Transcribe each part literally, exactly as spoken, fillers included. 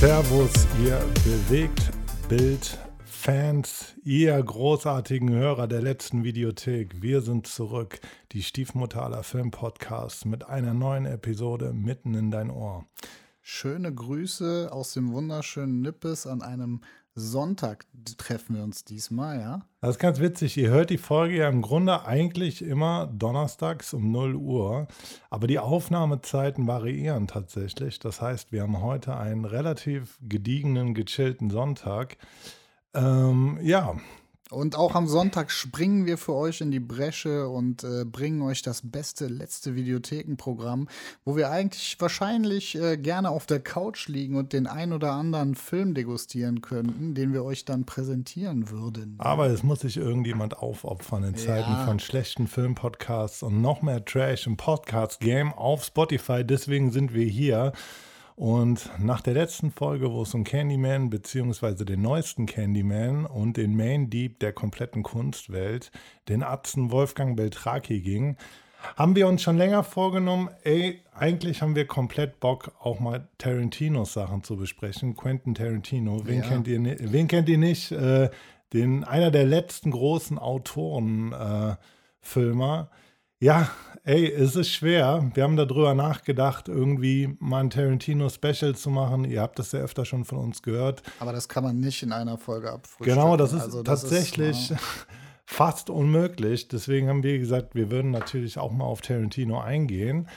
Servus, ihr Bewegt-Bild-Fans, ihr großartigen Hörer der letzten Videothek. Wir sind zurück, die Stiefmutter aller Filmpodcasts mit einer neuen Episode mitten in dein Ohr. Schöne Grüße aus dem wunderschönen Nippes. An einem Sonntag treffen wir uns diesmal, ja? Das ist ganz witzig. Ihr hört die Folge ja im Grunde eigentlich immer donnerstags um null Uhr. Aber die Aufnahmezeiten variieren tatsächlich. Das heißt, wir haben heute einen relativ gediegenen, gechillten Sonntag. Ähm, ja. Und auch am Sonntag springen wir für euch in die Bresche und äh, bringen euch das beste letzte Videothekenprogramm, wo wir eigentlich wahrscheinlich äh, gerne auf der Couch liegen und den ein oder anderen Film degustieren könnten, den wir euch dann präsentieren würden. Aber es muss sich irgendjemand aufopfern in Zeiten Ja. von schlechten Filmpodcasts und noch mehr Trash im Podcast-Game auf Spotify. Deswegen sind wir hier. Und nach der letzten Folge, wo es um Candyman beziehungsweise den neuesten Candyman und den Main Dieb der kompletten Kunstwelt, den Atzen Wolfgang Beltraki ging, haben wir uns schon länger vorgenommen, ey, eigentlich haben wir komplett Bock, auch mal Tarantinos Sachen zu besprechen. Quentin Tarantino, wen, Ja. kennt, ihr, ni- wen kennt ihr nicht? Äh, den, einer der letzten großen Autoren, äh, Filmer. Ja, ey, es ist schwer. Wir haben darüber nachgedacht, irgendwie mal ein Tarantino-Special zu machen. Ihr habt das ja öfter schon von uns gehört. Aber das kann man nicht in einer Folge abfrühstücken. Genau, das ist Also das tatsächlich Ist, fast unmöglich. Deswegen haben wir gesagt, wir würden natürlich auch mal auf Tarantino eingehen.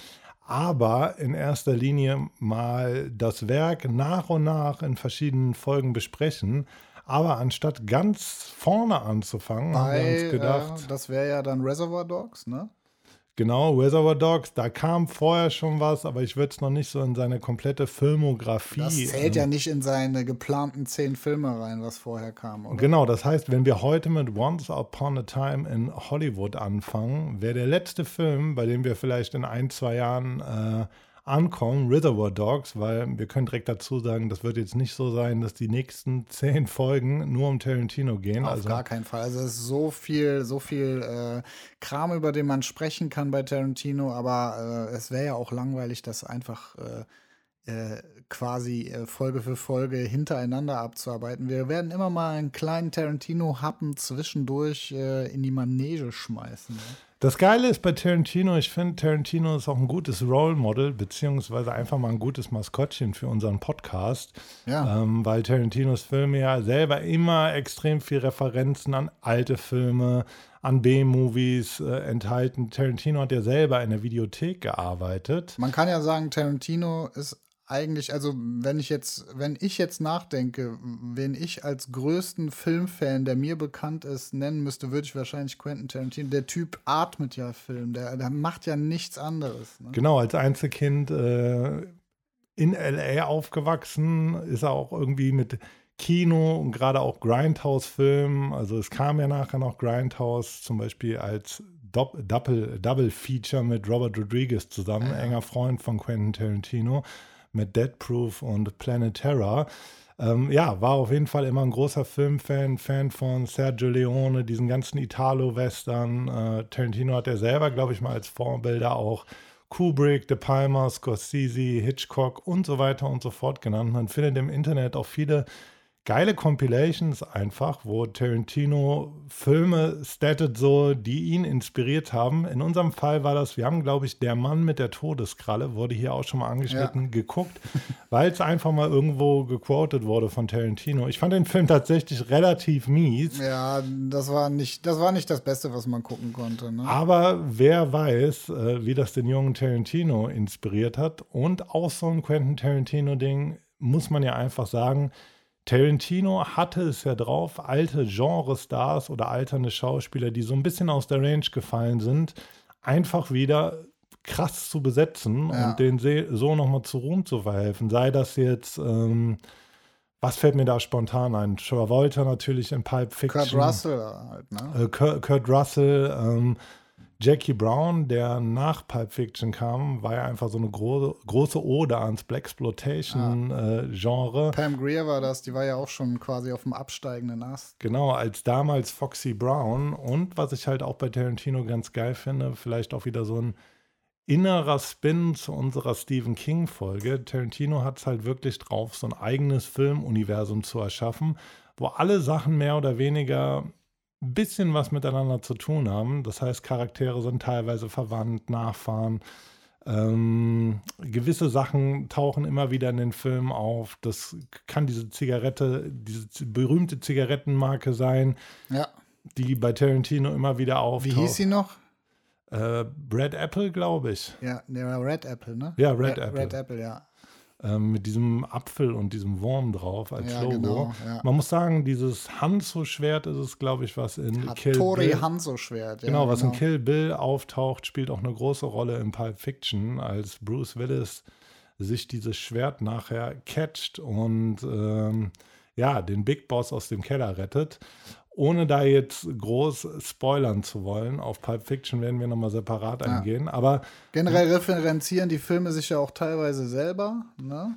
Aber in erster Linie mal das Werk nach und nach in verschiedenen Folgen besprechen. Aber anstatt ganz vorne anzufangen, haben wir bei, uns gedacht, äh, das wäre ja dann Reservoir Dogs, ne? genau, Reservoir Dogs, da kam vorher schon was, aber ich würde es noch nicht so in seine komplette Filmografie. Das zählt ähm, ja nicht in seine geplanten zehn Filme rein, was vorher kam, oder? Genau, das heißt, wenn wir heute mit Once Upon a Time in Hollywood anfangen, wäre der letzte Film, bei dem wir vielleicht in ein, zwei Jahren äh, ankommen, Reservoir Dogs, weil wir können direkt dazu sagen, das wird jetzt nicht so sein, dass die nächsten zehn Folgen nur um Tarantino gehen. Auf also gar keinen Fall. Also es ist so viel, so viel äh, Kram, über den man sprechen kann bei Tarantino, aber äh, es wäre ja auch langweilig, das einfach äh, äh, quasi äh, Folge für Folge hintereinander abzuarbeiten. Wir werden immer mal einen kleinen Tarantino-Happen zwischendurch äh, in die Manege schmeißen. Ne? Das Geile ist bei Tarantino, ich finde, Tarantino ist auch ein gutes Role Model, beziehungsweise einfach mal ein gutes Maskottchen für unseren Podcast, Ja. ähm, weil Tarantinos Filme ja selber immer extrem viel Referenzen an alte Filme, an B-Movies äh, enthalten. Tarantino hat ja selber in der Videothek gearbeitet. Man kann ja sagen, Tarantino ist eigentlich, also wenn ich jetzt, wenn ich jetzt nachdenke, wen ich als größten Filmfan, der mir bekannt ist, nennen müsste, würde ich wahrscheinlich Quentin Tarantino. Der Typ atmet ja Film, der, der macht ja nichts anderes. Ne? Genau, als Einzelkind äh, in L A aufgewachsen, ist er auch irgendwie mit Kino und gerade auch Grindhouse-Filmen, also es kam ja nachher noch Grindhouse zum Beispiel als Dop- Double, Double Feature mit Robert Rodriguez zusammen, Ja. enger Freund von Quentin Tarantino, mit Death Proof und Planet Terror. Ähm, ja, war auf jeden Fall immer ein großer Filmfan, Fan von Sergio Leone, diesen ganzen Italo-Western. Äh, Tarantino hat er selber, glaube ich, mal als Vorbilder auch Kubrick, De Palma, Scorsese, Hitchcock und so weiter und so fort genannt. Man findet im Internet auch viele geile Compilations einfach, wo Tarantino Filme stattet so, die ihn inspiriert haben. In unserem Fall war das, wir haben, glaube ich, Der Mann mit der Todeskralle, wurde hier auch schon mal angeschnitten, Ja. geguckt, weil es einfach mal irgendwo gequotet wurde von Tarantino. Ich fand den Film tatsächlich relativ mies. Ja, das war nicht, das war nicht das Beste, was man gucken konnte. Ne? Aber wer weiß, äh, wie das den jungen Tarantino inspiriert hat. Und auch so ein Quentin Tarantino-Ding, muss man ja einfach sagen, Tarantino hatte es ja drauf, alte Genre-Stars oder alternde Schauspieler, die so ein bisschen aus der Range gefallen sind, einfach wieder krass zu besetzen Ja. und denen se- so nochmal zu Ruhm zu verhelfen. Sei das jetzt, ähm, was fällt mir da spontan ein? Travolta natürlich in Pulp Fiction. Kurt Russell halt, ne? Äh, Kurt, Kurt Russell, ähm, Jackie Brown, der nach Pulp Fiction kam, war ja einfach so eine gro- große Ode ans Blaxploitation-Genre. Pam Grier war das, die war ja auch schon quasi auf dem absteigenden Ast. Genau, als damals Foxy Brown. Und was ich halt auch bei Tarantino ganz geil finde, vielleicht auch wieder so ein innerer Spin zu unserer Stephen King-Folge. Tarantino hat es halt wirklich drauf, so ein eigenes Filmuniversum zu erschaffen, wo alle Sachen mehr oder weniger ein bisschen was miteinander zu tun haben. Das heißt, Charaktere sind teilweise verwandt, Nachfahren. Ähm, gewisse Sachen tauchen immer wieder in den Filmen auf. Das kann diese Zigarette, diese z- berühmte Zigarettenmarke sein, Ja. die bei Tarantino immer wieder Wie auftaucht. hieß sie noch? Äh, Red Apple, glaube ich. Ja, der Red Apple, ne? Ja, Red Re- Apple. Red Apple, ja. Ähm, mit diesem Apfel und diesem Wurm drauf als Ja, Logo. genau, ja. Man muss sagen, dieses Hanzo-Schwert ist es, glaube ich, was in Kill Hattori Bill, Hanzo-Schwert. Ja, genau, was in Kill Bill auftaucht, spielt auch eine große Rolle in Pulp Fiction, als Bruce Willis sich dieses Schwert nachher catcht und ähm, ja, den Big Boss aus dem Keller rettet. Ohne da jetzt groß spoilern zu wollen, auf Pulp Fiction werden wir nochmal separat Ja. eingehen, aber Generell referenzieren die Filme sich ja auch teilweise selber, ne?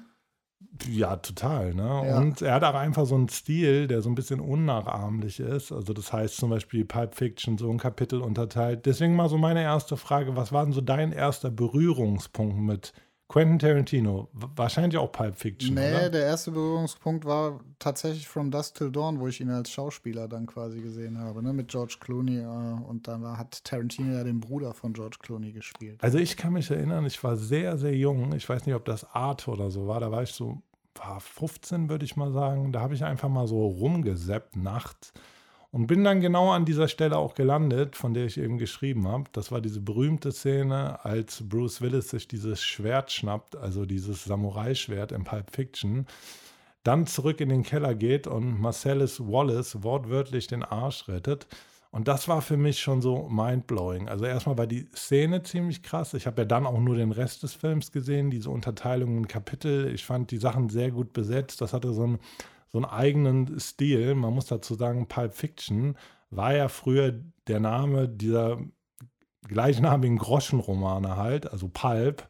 ja, total, ne? Ja. Und er hat auch einfach so einen Stil, der so ein bisschen unnachahmlich ist. Also das heißt zum Beispiel Pulp Fiction so ein Kapitel unterteilt. Deswegen mal so meine erste Frage, was war denn so dein erster Berührungspunkt mit Quentin Tarantino? W- Wahrscheinlich auch Pulp Fiction, Nee, oder? der erste Berührungspunkt war tatsächlich From Dusk Till Dawn, wo ich ihn als Schauspieler dann quasi gesehen habe, ne? Mit George Clooney. Äh, und dann war, hat Tarantino ja den Bruder von George Clooney gespielt. Also ich kann mich erinnern, ich war sehr, sehr jung. Ich weiß nicht, ob das Arte oder so war. Da war ich so, war fünfzehn, würde ich mal sagen. Da habe ich einfach mal so rumgesappt nachts und bin dann genau an dieser Stelle auch gelandet, von der ich eben geschrieben habe. Das war diese berühmte Szene, als Bruce Willis sich dieses Schwert schnappt, also dieses Samurai-Schwert in Pulp Fiction, dann zurück in den Keller geht und Marcellus Wallace wortwörtlich den Arsch rettet. Und das war für mich schon so mindblowing. Also erstmal war die Szene ziemlich krass. Ich habe ja dann auch nur den Rest des Films gesehen, diese Unterteilung in Kapitel. Ich fand die Sachen sehr gut besetzt. Das hatte so einen, so einen eigenen Stil. Man muss dazu sagen, Pulp Fiction war ja früher der Name dieser gleichnamigen Groschenromane halt, also Pulp.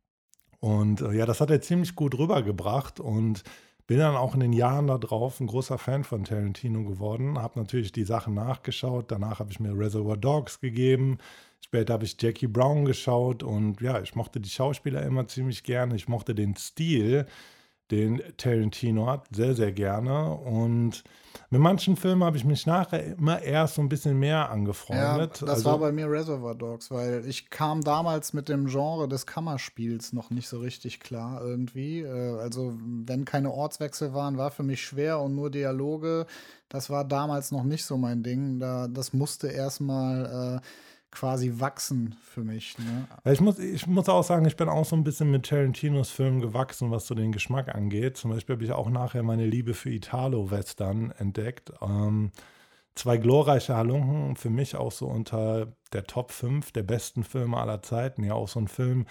Und äh, ja, das hat er ziemlich gut rübergebracht und bin dann auch in den Jahren darauf ein großer Fan von Tarantino geworden. Habe natürlich die Sachen nachgeschaut. Danach habe ich mir Reservoir Dogs gegeben. Später habe ich Jackie Brown geschaut. Und ja, ich mochte die Schauspieler immer ziemlich gerne. Ich mochte den Stil, den Tarantino hat, sehr, sehr gerne. Und mit manchen Filmen habe ich mich nachher immer erst so ein bisschen mehr Ja, angefreundet. das Also, war bei mir Reservoir Dogs, weil ich kam damals mit dem Genre des Kammerspiels noch nicht so richtig klar irgendwie. Äh, Also wenn keine Ortswechsel waren, war für mich schwer und nur Dialoge, das war damals noch nicht so mein Ding. Da, das musste erstmal äh, quasi wachsen für mich. Ne? Ja, Ich muss, ich muss auch sagen, ich bin auch so ein bisschen mit Tarantinos Filmen gewachsen, was so den Geschmack angeht. Zum Beispiel habe ich auch nachher meine Liebe für Italo-Western entdeckt. Ähm, zwei glorreiche Halunken, für mich auch so unter der Top fünf der besten Filme aller Zeiten. Ja, auch so ein Film,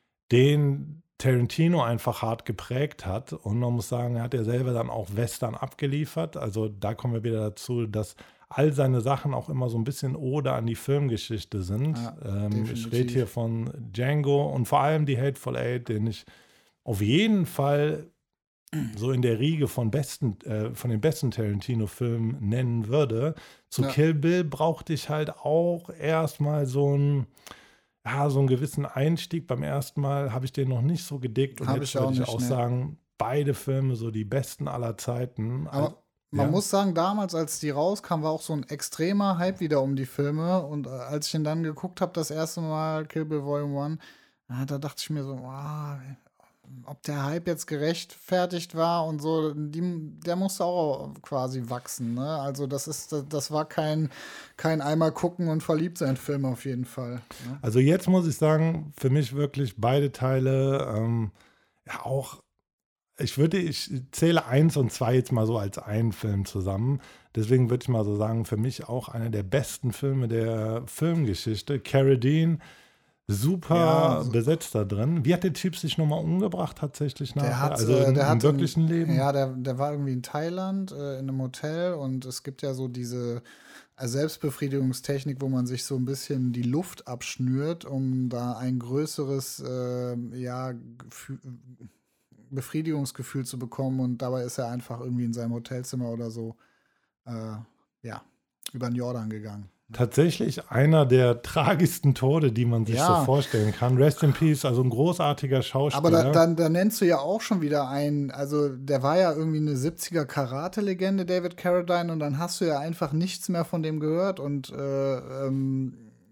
den Tarantino einfach hart geprägt hat. Und man muss sagen, er hat ja selber dann auch Western abgeliefert. Also da kommen wir wieder dazu, dass all seine Sachen auch immer so ein bisschen Ode an die Filmgeschichte sind. Ja, ähm, ich definitiv. rede hier von Django und vor allem die Hateful Eight, den ich auf jeden Fall so in der Riege von besten, äh, von den besten Tarantino-Filmen nennen würde. Zu Ja. Kill Bill brauchte ich halt auch erstmal so einen, ja, so einen gewissen Einstieg. Beim ersten Mal habe ich den noch nicht so gedickt und Hab jetzt ich auch würde ich nicht, auch ne. sagen, beide Filme so die besten aller Zeiten. Aber Also, man ja. muss sagen, damals, als die rauskam, war auch so ein extremer Hype wieder um die Filme. Und äh, als ich ihn dann geguckt habe, das erste Mal, Kill Bill Volume eins, ja, da dachte ich mir so, ah, ob der Hype jetzt gerechtfertigt war und so, die, der musste auch quasi wachsen. Ne? Also das ist, das, das war kein, kein einmal gucken und verliebt sein Film auf jeden Fall. Ne? Also jetzt muss ich sagen, für mich wirklich beide Teile ähm, ja auch, ich würde, ich zähle eins und zwei jetzt mal so als einen Film zusammen. Deswegen würde ich mal so sagen, für mich auch einer der besten Filme der Filmgeschichte. Carradine, super Ja, so- besetzt da drin. Wie hat der Typ sich nochmal umgebracht tatsächlich nachher? Der hat, also äh, im, der im hat wirklichen Leben? Ja, der, der war irgendwie in Thailand äh, in einem Hotel und es gibt ja so diese äh, Selbstbefriedigungstechnik, wo man sich so ein bisschen die Luft abschnürt, um da ein größeres äh, ja, Gefü- Befriedigungsgefühl zu bekommen und dabei ist er einfach irgendwie in seinem Hotelzimmer oder so äh, ja, über den Jordan gegangen. Tatsächlich einer der tragischsten Tode, die man sich Ja. so vorstellen kann. Rest in Peace, also ein großartiger Schauspieler. Aber da, dann, da nennst du ja auch schon wieder einen, also der war ja irgendwie eine siebziger Karate-Legende, David Carradine, und dann hast du ja einfach nichts mehr von dem gehört und äh, ähm,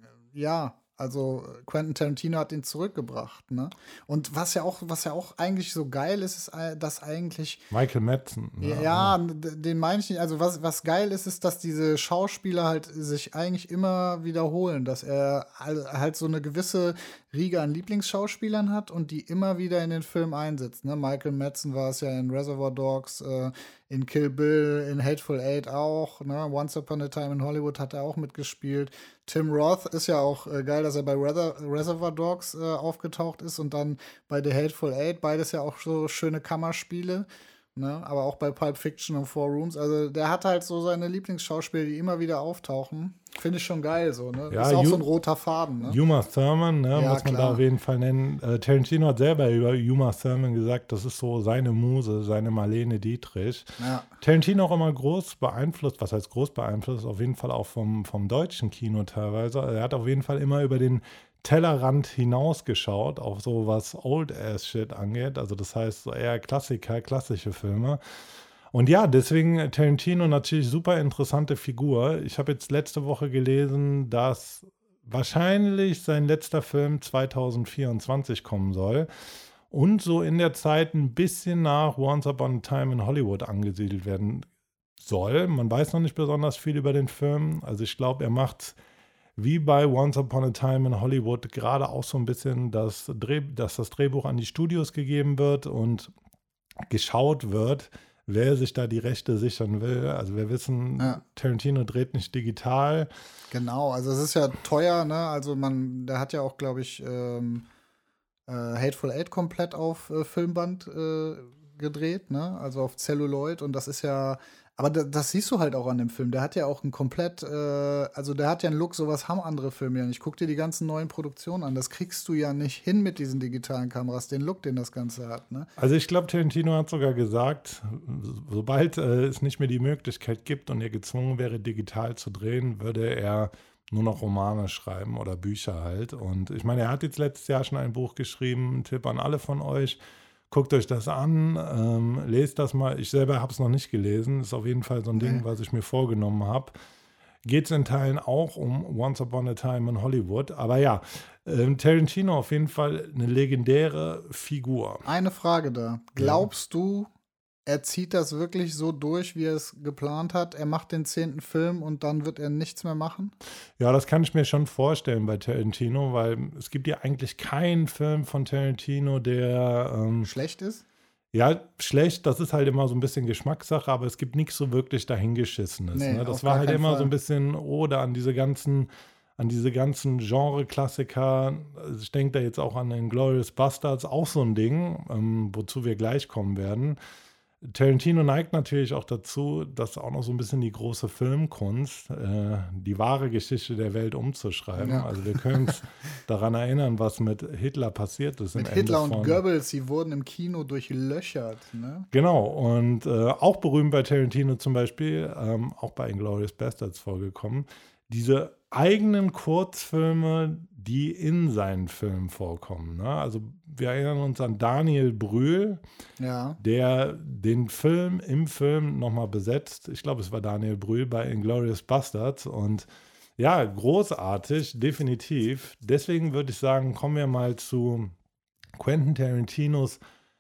ja, also Quentin Tarantino hat ihn zurückgebracht, ne? Und was ja auch, was ja auch eigentlich so geil ist, ist, äh, dass eigentlich Michael Madsen. Ne? ja, d- den meine ich nicht. Also was, was geil ist, ist, dass diese Schauspieler halt sich eigentlich immer wiederholen, dass er all- halt so eine gewisse Riege an Lieblingsschauspielern hat und die immer wieder in den Film einsetzt. Ne? Michael Madsen war es ja in Reservoir Dogs, äh, in Kill Bill, in Hateful Eight auch. Ne? Once Upon a Time in Hollywood hat er auch mitgespielt. Tim Roth ist ja auch äh, geil, dass er bei Reser- Reservoir Dogs äh, aufgetaucht ist und dann bei The Hateful Eight. Beides ja auch so schöne Kammerspiele. Ne? Aber auch bei Pulp Fiction und Four Rooms. Also der hat halt so seine Lieblingsschauspieler, die immer wieder auftauchen. Finde ich schon geil so. Ne? Ja, ist auch Ju- so ein roter Faden. Ne? Uma Thurman, ne, Ja, muss man klar. da auf jeden Fall nennen. Äh, Tarantino hat selber über Uma Thurman gesagt, das ist so seine Muse, seine Marlene Dietrich. Ja. Tarantino auch immer groß beeinflusst, was heißt groß beeinflusst, auf jeden Fall auch vom, vom deutschen Kino teilweise. Er hat auf jeden Fall immer über den Tellerrand hinausgeschaut, auch so was Old-Ass-Shit angeht. Also das heißt so eher Klassiker, klassische Filme. Und ja, deswegen Tarantino natürlich super interessante Figur. Ich habe jetzt letzte Woche gelesen, dass wahrscheinlich sein letzter Film zwanzig vierundzwanzig kommen soll und so in der Zeit ein bisschen nach Once Upon a Time in Hollywood angesiedelt werden soll. Man weiß noch nicht besonders viel über den Film. Also ich glaube, er macht wie bei Once Upon a Time in Hollywood gerade auch so ein bisschen, dass, Dreh, dass das Drehbuch an die Studios gegeben wird und geschaut wird, wer sich da die Rechte sichern will. Also wir wissen, Ja. Tarantino dreht nicht digital. Genau, also es ist ja teuer, ne? Also man, der hat ja auch, glaube ich, ähm, äh, Hateful Eight komplett auf äh, Filmband äh, gedreht, ne? Also auf Celluloid und das ist ja, aber da, das siehst du halt auch an dem Film. Der hat ja auch ein komplett, äh, also der hat ja einen Look, sowas haben andere Filme ja nicht. Guck dir die ganzen neuen Produktionen an. Das kriegst du ja nicht hin mit diesen digitalen Kameras, den Look, den das Ganze hat, ne? Also ich glaube, Tarantino hat sogar gesagt, sobald äh, es nicht mehr die Möglichkeit gibt und er gezwungen wäre, digital zu drehen, würde er nur noch Romane schreiben oder Bücher halt. Und ich meine, er hat jetzt letztes Jahr schon ein Buch geschrieben, ein Tipp an alle von euch. Guckt euch das an, ähm, lest das mal. Ich selber habe es noch nicht gelesen. Ist auf jeden Fall so ein Ding, Nee. was ich mir vorgenommen habe. Geht es in Teilen auch um Once Upon a Time in Hollywood. Aber ja, ähm, Tarantino auf jeden Fall eine legendäre Figur. Eine Frage da. Glaubst du, er zieht das wirklich so durch, wie er es geplant hat? Er macht den zehnten Film und dann wird er nichts mehr machen? Ja, das kann ich mir schon vorstellen bei Tarantino, weil es gibt ja eigentlich keinen Film von Tarantino, der ähm, Schlecht ist? ja, schlecht, das ist halt immer so ein bisschen Geschmackssache, aber es gibt nichts so wirklich dahingeschissenes. Nee, Ne? auf Das war gar halt keinen immer Fall. so ein bisschen Ode an diese ganzen, an diese ganzen Genre-Klassiker. Also ich denke da jetzt auch an den Glorious Bastards, auch so ein Ding, ähm, wozu wir gleich kommen werden. Tarantino neigt natürlich auch dazu, das auch noch so ein bisschen die große Filmkunst, äh, die wahre Geschichte der Welt umzuschreiben. Ja. Also wir können uns daran erinnern, was mit Hitler passiert ist. Mit im Hitler Ende und von, Goebbels, sie wurden im Kino durchlöchert. Ne? Genau, und äh, auch berühmt bei Tarantino zum Beispiel, ähm, auch bei Inglourious Bastards vorgekommen, diese eigenen Kurzfilme, die in seinen Filmen vorkommen. Ne? Also wir erinnern uns an Daniel Brühl, Ja. der den Film im Film nochmal besetzt. Ich glaube, es war Daniel Brühl bei Inglourious Bastards und ja, großartig, definitiv. Deswegen würde ich sagen, kommen wir mal zu Quentin Tarantinos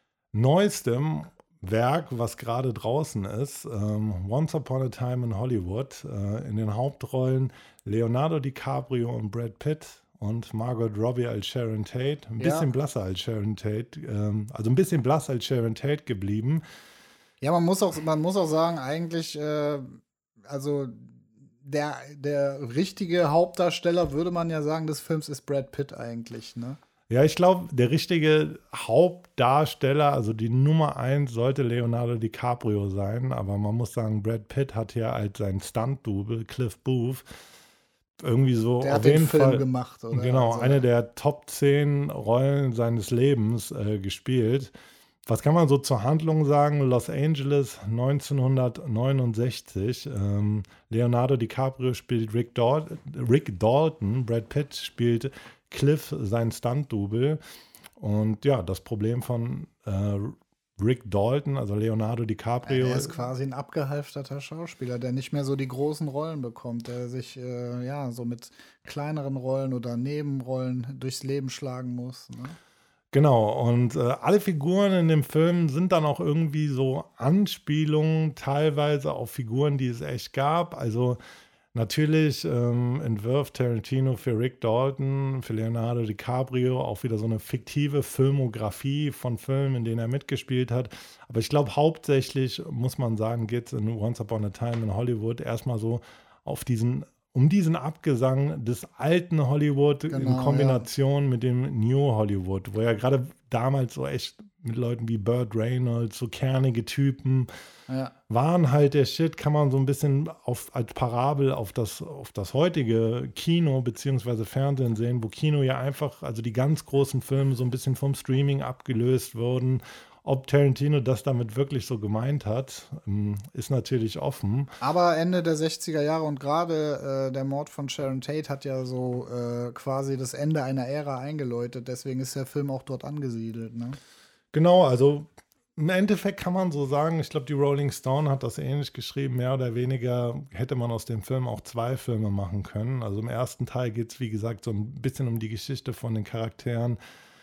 neuestem Werk, was gerade draußen ist, ähm, Once Upon a Time in Hollywood, äh, in den Hauptrollen Leonardo DiCaprio und Brad Pitt und Margot Robbie als Sharon Tate, ein Ja. bisschen blasser als Sharon Tate, ähm, also ein bisschen blass als Sharon Tate geblieben. Ja, man muss auch, man muss auch sagen, eigentlich, äh, also der, der richtige Hauptdarsteller, würde man ja sagen, des Films ist Brad Pitt eigentlich, ne? Ja, ich glaube, der richtige Hauptdarsteller, also die Nummer eins, sollte Leonardo DiCaprio sein. Aber man muss sagen, Brad Pitt hat ja als sein Stunt-Double, Cliff Booth, irgendwie so Der auf hat den jeden Film Fall, gemacht, oder? genau, Also, eine der Top zehn Rollen seines Lebens äh, gespielt. Was kann man so zur Handlung sagen? Los Angeles neunzehnhundertneunundsechzig. Ähm, Leonardo DiCaprio spielt Rick, Dal- Rick Dalton. Brad Pitt spielt Cliff, sein Stunt-Double. Und ja, das Problem von äh, Rick Dalton, also Leonardo DiCaprio. Er ist quasi ein abgehalfterter Schauspieler, der nicht mehr so die großen Rollen bekommt, der sich äh, ja so mit kleineren Rollen oder Nebenrollen durchs Leben schlagen muss. Ne? Genau, und äh, alle Figuren in dem Film sind dann auch irgendwie so Anspielungen teilweise auf Figuren, die es echt gab. Also natürlich ähm, entwirft Tarantino für Rick Dalton, für Leonardo DiCaprio auch wieder so eine fiktive Filmografie von Filmen, in denen er mitgespielt hat. Aber ich glaube, hauptsächlich, muss man sagen, geht es in Once Upon a Time in Hollywood erstmal so auf diesen um diesen Abgesang des alten Hollywood in Genau, Kombination ja. mit dem New Hollywood, wo ja gerade damals so echt mit Leuten wie Burt Reynolds, so kernige Typen, Ja. waren halt der Shit, kann man so ein bisschen auf, als Parabel auf das, auf das heutige Kino bzw. Fernsehen sehen, wo Kino ja einfach, also die ganz großen Filme so ein bisschen vom Streaming abgelöst wurden. Ob Tarantino das damit wirklich so gemeint hat, ist natürlich offen. Aber Ende der sechziger Jahre und gerade äh, der Mord von Sharon Tate hat ja so äh, quasi das Ende einer Ära eingeläutet. Deswegen ist der Film auch dort angesiedelt. Ne? Genau, also im Endeffekt kann man so sagen, ich glaube, die Rolling Stone hat das ähnlich geschrieben, mehr oder weniger hätte man aus dem Film auch zwei Filme machen können. Also im ersten Teil geht es, wie gesagt, so ein bisschen um die Geschichte von den Charakteren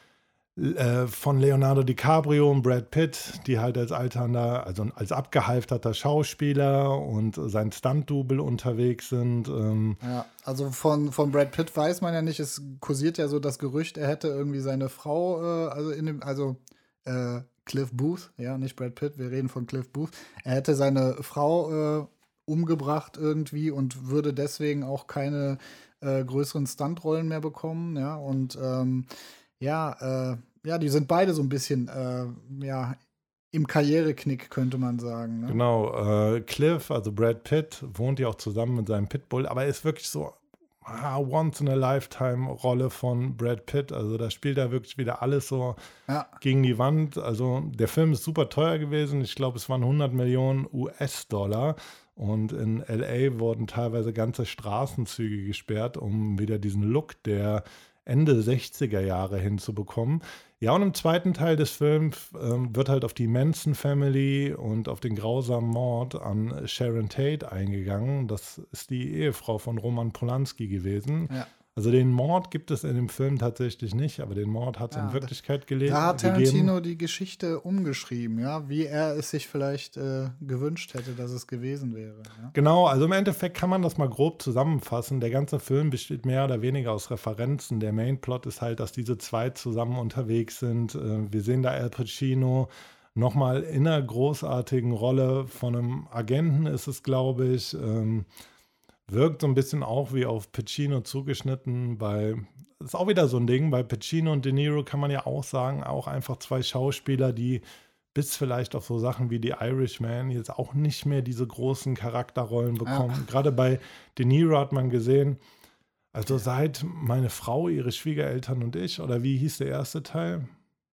äh, von Leonardo DiCaprio und Brad Pitt, die halt als alternder, also als abgehalfterter Schauspieler und sein Stunt-Double unterwegs sind. Ähm. Ja, also von, von Brad Pitt weiß man ja nicht, es kursiert ja so das Gerücht, er hätte irgendwie seine Frau, äh, also in dem, also äh, Cliff Booth, ja, nicht Brad Pitt, wir reden von Cliff Booth. Er hätte seine Frau äh, umgebracht irgendwie und würde deswegen auch keine äh, größeren Stuntrollen mehr bekommen, ja, und ähm, ja, äh, ja, die sind beide so ein bisschen, äh, ja, im Karriereknick, könnte man sagen. Ne? Genau, äh, Cliff, also Brad Pitt, wohnt ja auch zusammen mit seinem Pitbull, aber er ist wirklich so ah, Once-in-a-Lifetime-Rolle von Brad Pitt. Also da spielt er wirklich wieder alles so ja. gegen die Wand. Also der Film ist super teuer gewesen. Ich glaube, es waren hundert Millionen U S-Dollar. Und in L A wurden teilweise ganze Straßenzüge gesperrt, um wieder diesen Look der Ende sechziger Jahre hinzubekommen. Ja, und im zweiten Teil des Films ähm, wird halt auf die Manson Family und auf den grausamen Mord an Sharon Tate eingegangen. Das ist die Ehefrau von Roman Polanski gewesen. Ja. Also den Mord gibt es in dem Film tatsächlich nicht, aber den Mord hat es ja, in Wirklichkeit gele- da hat gegeben. Tarantino die Geschichte umgeschrieben, ja, wie er es sich vielleicht äh, gewünscht hätte, dass es gewesen wäre. Ja? Genau, also im Endeffekt kann man das mal grob zusammenfassen. Der ganze Film besteht mehr oder weniger aus Referenzen. Der Mainplot ist halt, dass diese zwei zusammen unterwegs sind. Wir sehen da Al Pacino nochmal in einer großartigen Rolle von einem Agenten ist es, glaube ich. Ähm, wirkt so ein bisschen auch wie auf Pacino zugeschnitten. Bei, ist auch wieder so ein Ding, bei Pacino und De Niro kann man ja auch sagen, auch einfach zwei Schauspieler, die bis vielleicht auf so Sachen wie The Irishman jetzt auch nicht mehr diese großen Charakterrollen bekommen. Ja. Gerade bei De Niro hat man gesehen, also seit Meine Frau, ihre Schwiegereltern und ich, oder wie hieß der erste Teil?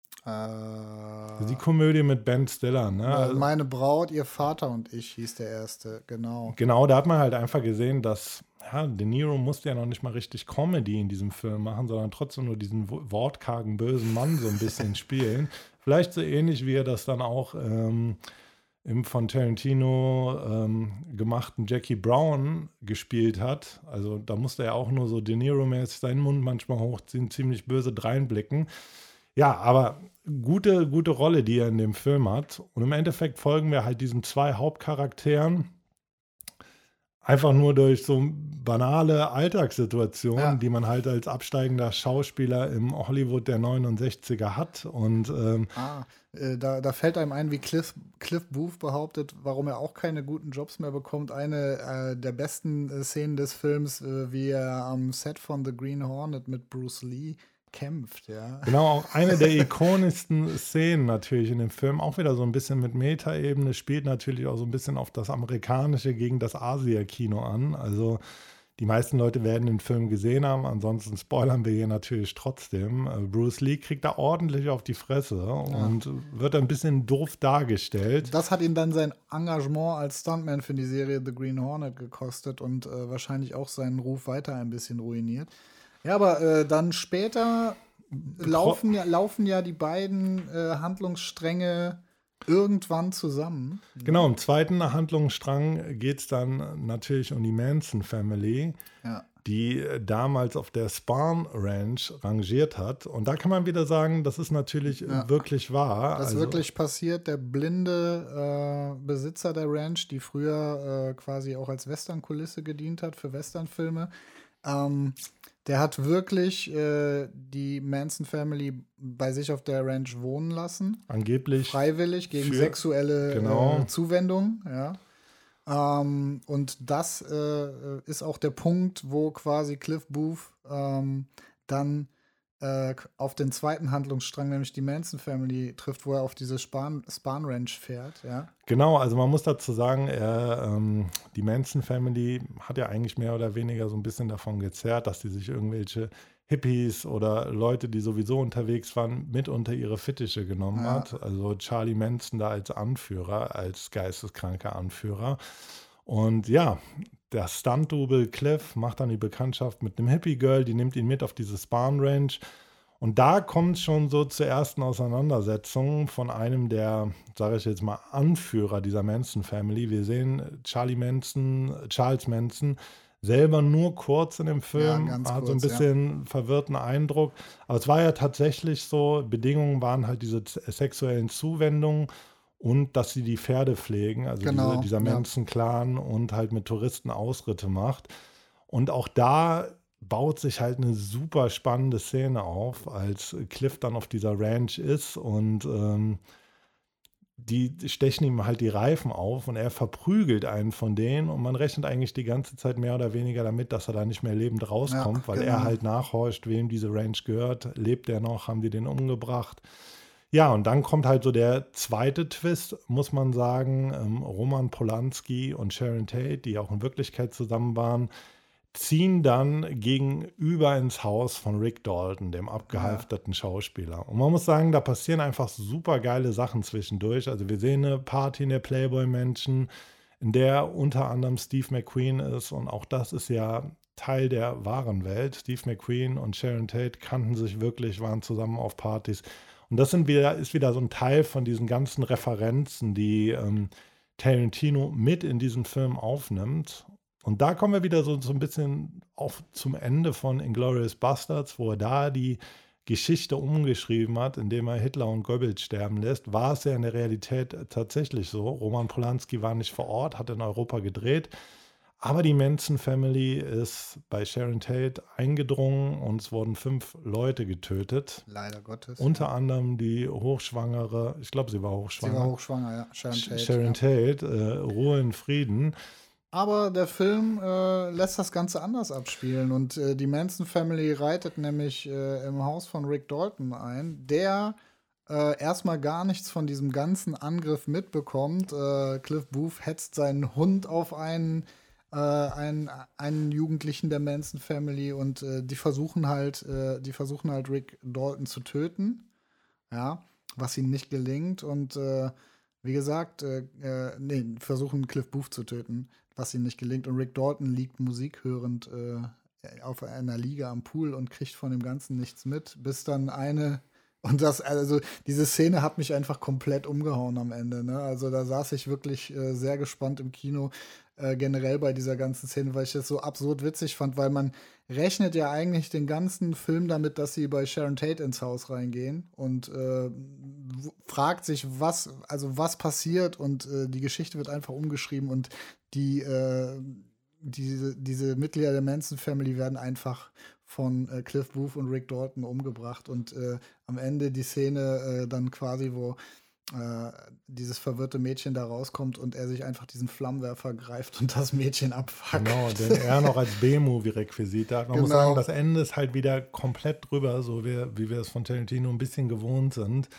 Äh, Die Komödie mit Ben Stiller, ne? Also Meine Braut, ihr Vater und ich hieß der erste, genau. Genau, da hat man halt einfach gesehen, dass ja, De Niro musste ja noch nicht mal richtig Comedy in diesem Film machen, sondern trotzdem nur diesen wortkargen, bösen Mann so ein bisschen spielen. Vielleicht so ähnlich, wie er das dann auch ähm, im von Tarantino ähm, gemachten Jackie Brown gespielt hat. Also da musste er auch nur so De Niro-mäßig seinen Mund manchmal hochziehen, ziemlich böse dreinblicken. Ja, aber gute, gute Rolle, die er in dem Film hat. Und im Endeffekt folgen wir halt diesen zwei Hauptcharakteren einfach nur durch so banale Alltagssituationen, ja. die man halt als absteigender Schauspieler im Hollywood der neunundsechziger hat. Und ähm, ah, äh, da, da fällt einem ein, wie Cliff, Cliff Booth behauptet, warum er auch keine guten Jobs mehr bekommt. Eine äh, der besten äh, Szenen des Films, äh, wie er am Set von The Green Hornet mit Bruce Lee kämpft, ja. Genau, auch eine der ikonischsten Szenen natürlich in dem Film, auch wieder so ein bisschen mit Metaebene, spielt natürlich auch so ein bisschen auf das amerikanische gegen das Asia-Kino an. Also Die meisten Leute werden den Film gesehen haben, ansonsten spoilern wir hier natürlich trotzdem. Äh, Bruce Lee kriegt da ordentlich auf die Fresse ja. und wird ein bisschen doof dargestellt. Das hat ihn dann sein Engagement als Stuntman für die Serie The Green Hornet gekostet und äh, wahrscheinlich auch seinen Ruf weiter ein bisschen ruiniert. Ja, aber äh, dann später laufen ja, laufen ja die beiden äh, Handlungsstränge irgendwann zusammen. Genau, im zweiten Handlungsstrang geht es dann natürlich um die Manson Family, ja. die damals auf der Spahn Ranch rangiert hat. Und da kann man wieder sagen, das ist natürlich ja. wirklich wahr. Das ist also wirklich passiert. Der blinde äh, Besitzer der Ranch, die früher äh, quasi auch als Western-Kulisse gedient hat für Westernfilme, ähm, der hat wirklich äh, die Manson Family bei sich auf der Ranch wohnen lassen. Angeblich. Freiwillig, gegen für, sexuelle genau. äh, Zuwendung. Ja. Ähm, und das äh, ist auch der Punkt, wo quasi Cliff Booth ähm, dann äh, auf den zweiten Handlungsstrang, nämlich die Manson Family, trifft, wo er auf diese Spahn, Spahn Ranch fährt. Ja. Genau, also man muss dazu sagen, er, ähm, die Manson Family hat ja eigentlich mehr oder weniger so ein bisschen davon gezerrt, dass die sich irgendwelche Hippies oder Leute, die sowieso unterwegs waren, mit unter ihre Fittiche genommen ja. hat. Also Charlie Manson da als Anführer, als geisteskranker Anführer. Und ja, der Stunt-Double Cliff macht dann die Bekanntschaft mit einem Hippie-Girl, die nimmt ihn mit auf diese Spahn Ranch. Und da kommt es schon so zur ersten Auseinandersetzung von einem der, sage ich jetzt mal, Anführer dieser Manson Family. Wir sehen Charlie Manson, Charles Manson, selber nur kurz in dem Film, ja, hat kurz, so ein bisschen ja. verwirrten Eindruck. Aber es war ja tatsächlich so, Bedingungen waren halt diese sexuellen Zuwendungen und dass sie die Pferde pflegen, also genau, diese, dieser Manson-Clan ja. und halt mit Touristen Ausritte macht. Und auch da baut sich halt eine super spannende Szene auf, als Cliff dann auf dieser Ranch ist und ähm, die stechen ihm halt die Reifen auf und er verprügelt einen von denen und man rechnet eigentlich die ganze Zeit mehr oder weniger damit, dass er da nicht mehr lebend rauskommt, ja, weil genau. er halt nachhorcht, wem diese Ranch gehört, lebt er noch, haben die den umgebracht. Ja, und dann kommt halt so der zweite Twist, muss man sagen. Ähm, Roman Polanski und Sharon Tate, die auch in Wirklichkeit zusammen waren, ziehen dann gegenüber ins Haus von Rick Dalton, dem abgehalfterten Schauspieler. Und man muss sagen, da passieren einfach super geile Sachen zwischendurch. Also wir sehen eine Party in der Playboy-Mansion, in der unter anderem Steve McQueen ist. Und auch das ist ja Teil der wahren Welt. Steve McQueen und Sharon Tate kannten sich wirklich, waren zusammen auf Partys. Und das sind wieder, ist wieder so ein Teil von diesen ganzen Referenzen, die ähm, Tarantino mit in diesen Film aufnimmt. Und da kommen wir wieder so, so ein bisschen auf zum Ende von Inglourious Basterds, wo er da die Geschichte umgeschrieben hat, indem er Hitler und Goebbels sterben lässt. War es ja in der Realität tatsächlich so. Roman Polanski war nicht vor Ort, hat in Europa gedreht. Aber die Manson Family ist bei Sharon Tate eingedrungen und es wurden fünf Leute getötet. Leider Gottes. Unter ja. anderem die hochschwangere, ich glaube, sie war hochschwanger. Sie war hochschwanger, ja. Sharon Tate. Sharon ja. Tate, äh, Ruhe in Frieden. Aber der Film äh, lässt das Ganze anders abspielen und äh, die Manson Family reitet nämlich äh, im Haus von Rick Dalton ein, der äh, erstmal gar nichts von diesem ganzen Angriff mitbekommt. Äh, Cliff Booth hetzt seinen Hund auf einen, äh, einen, einen Jugendlichen der Manson Family und äh, die versuchen halt, äh, die versuchen halt Rick Dalton zu töten, ja, was ihnen nicht gelingt und äh, wie gesagt, äh, äh, nee, versuchen Cliff Booth zu töten, was ihm nicht gelingt. Und Rick Dalton liegt Musik hörend äh, auf einer Liege am Pool und kriegt von dem Ganzen nichts mit, bis dann eine, und das, also diese Szene hat mich einfach komplett umgehauen am Ende, ne? Also da saß ich wirklich äh, sehr gespannt im Kino, äh, generell bei dieser ganzen Szene, weil ich das so absurd witzig fand, weil man rechnet ja eigentlich den ganzen Film damit, dass sie bei Sharon Tate ins Haus reingehen und äh, fragt sich, was, also was passiert und äh, die Geschichte wird einfach umgeschrieben und die, äh, diese, diese Mitglieder der Manson Family werden einfach von äh, Cliff Booth und Rick Dalton umgebracht und äh, am Ende die Szene äh, dann quasi, wo äh, dieses verwirrte Mädchen da rauskommt und er sich einfach diesen Flammenwerfer greift und das Mädchen abfuckt. Genau, den er noch als B-Movie-Requisit hat. Man genau. muss sagen, das Ende ist halt wieder komplett drüber, so wie, wie wir es von Tarantino ein bisschen gewohnt sind.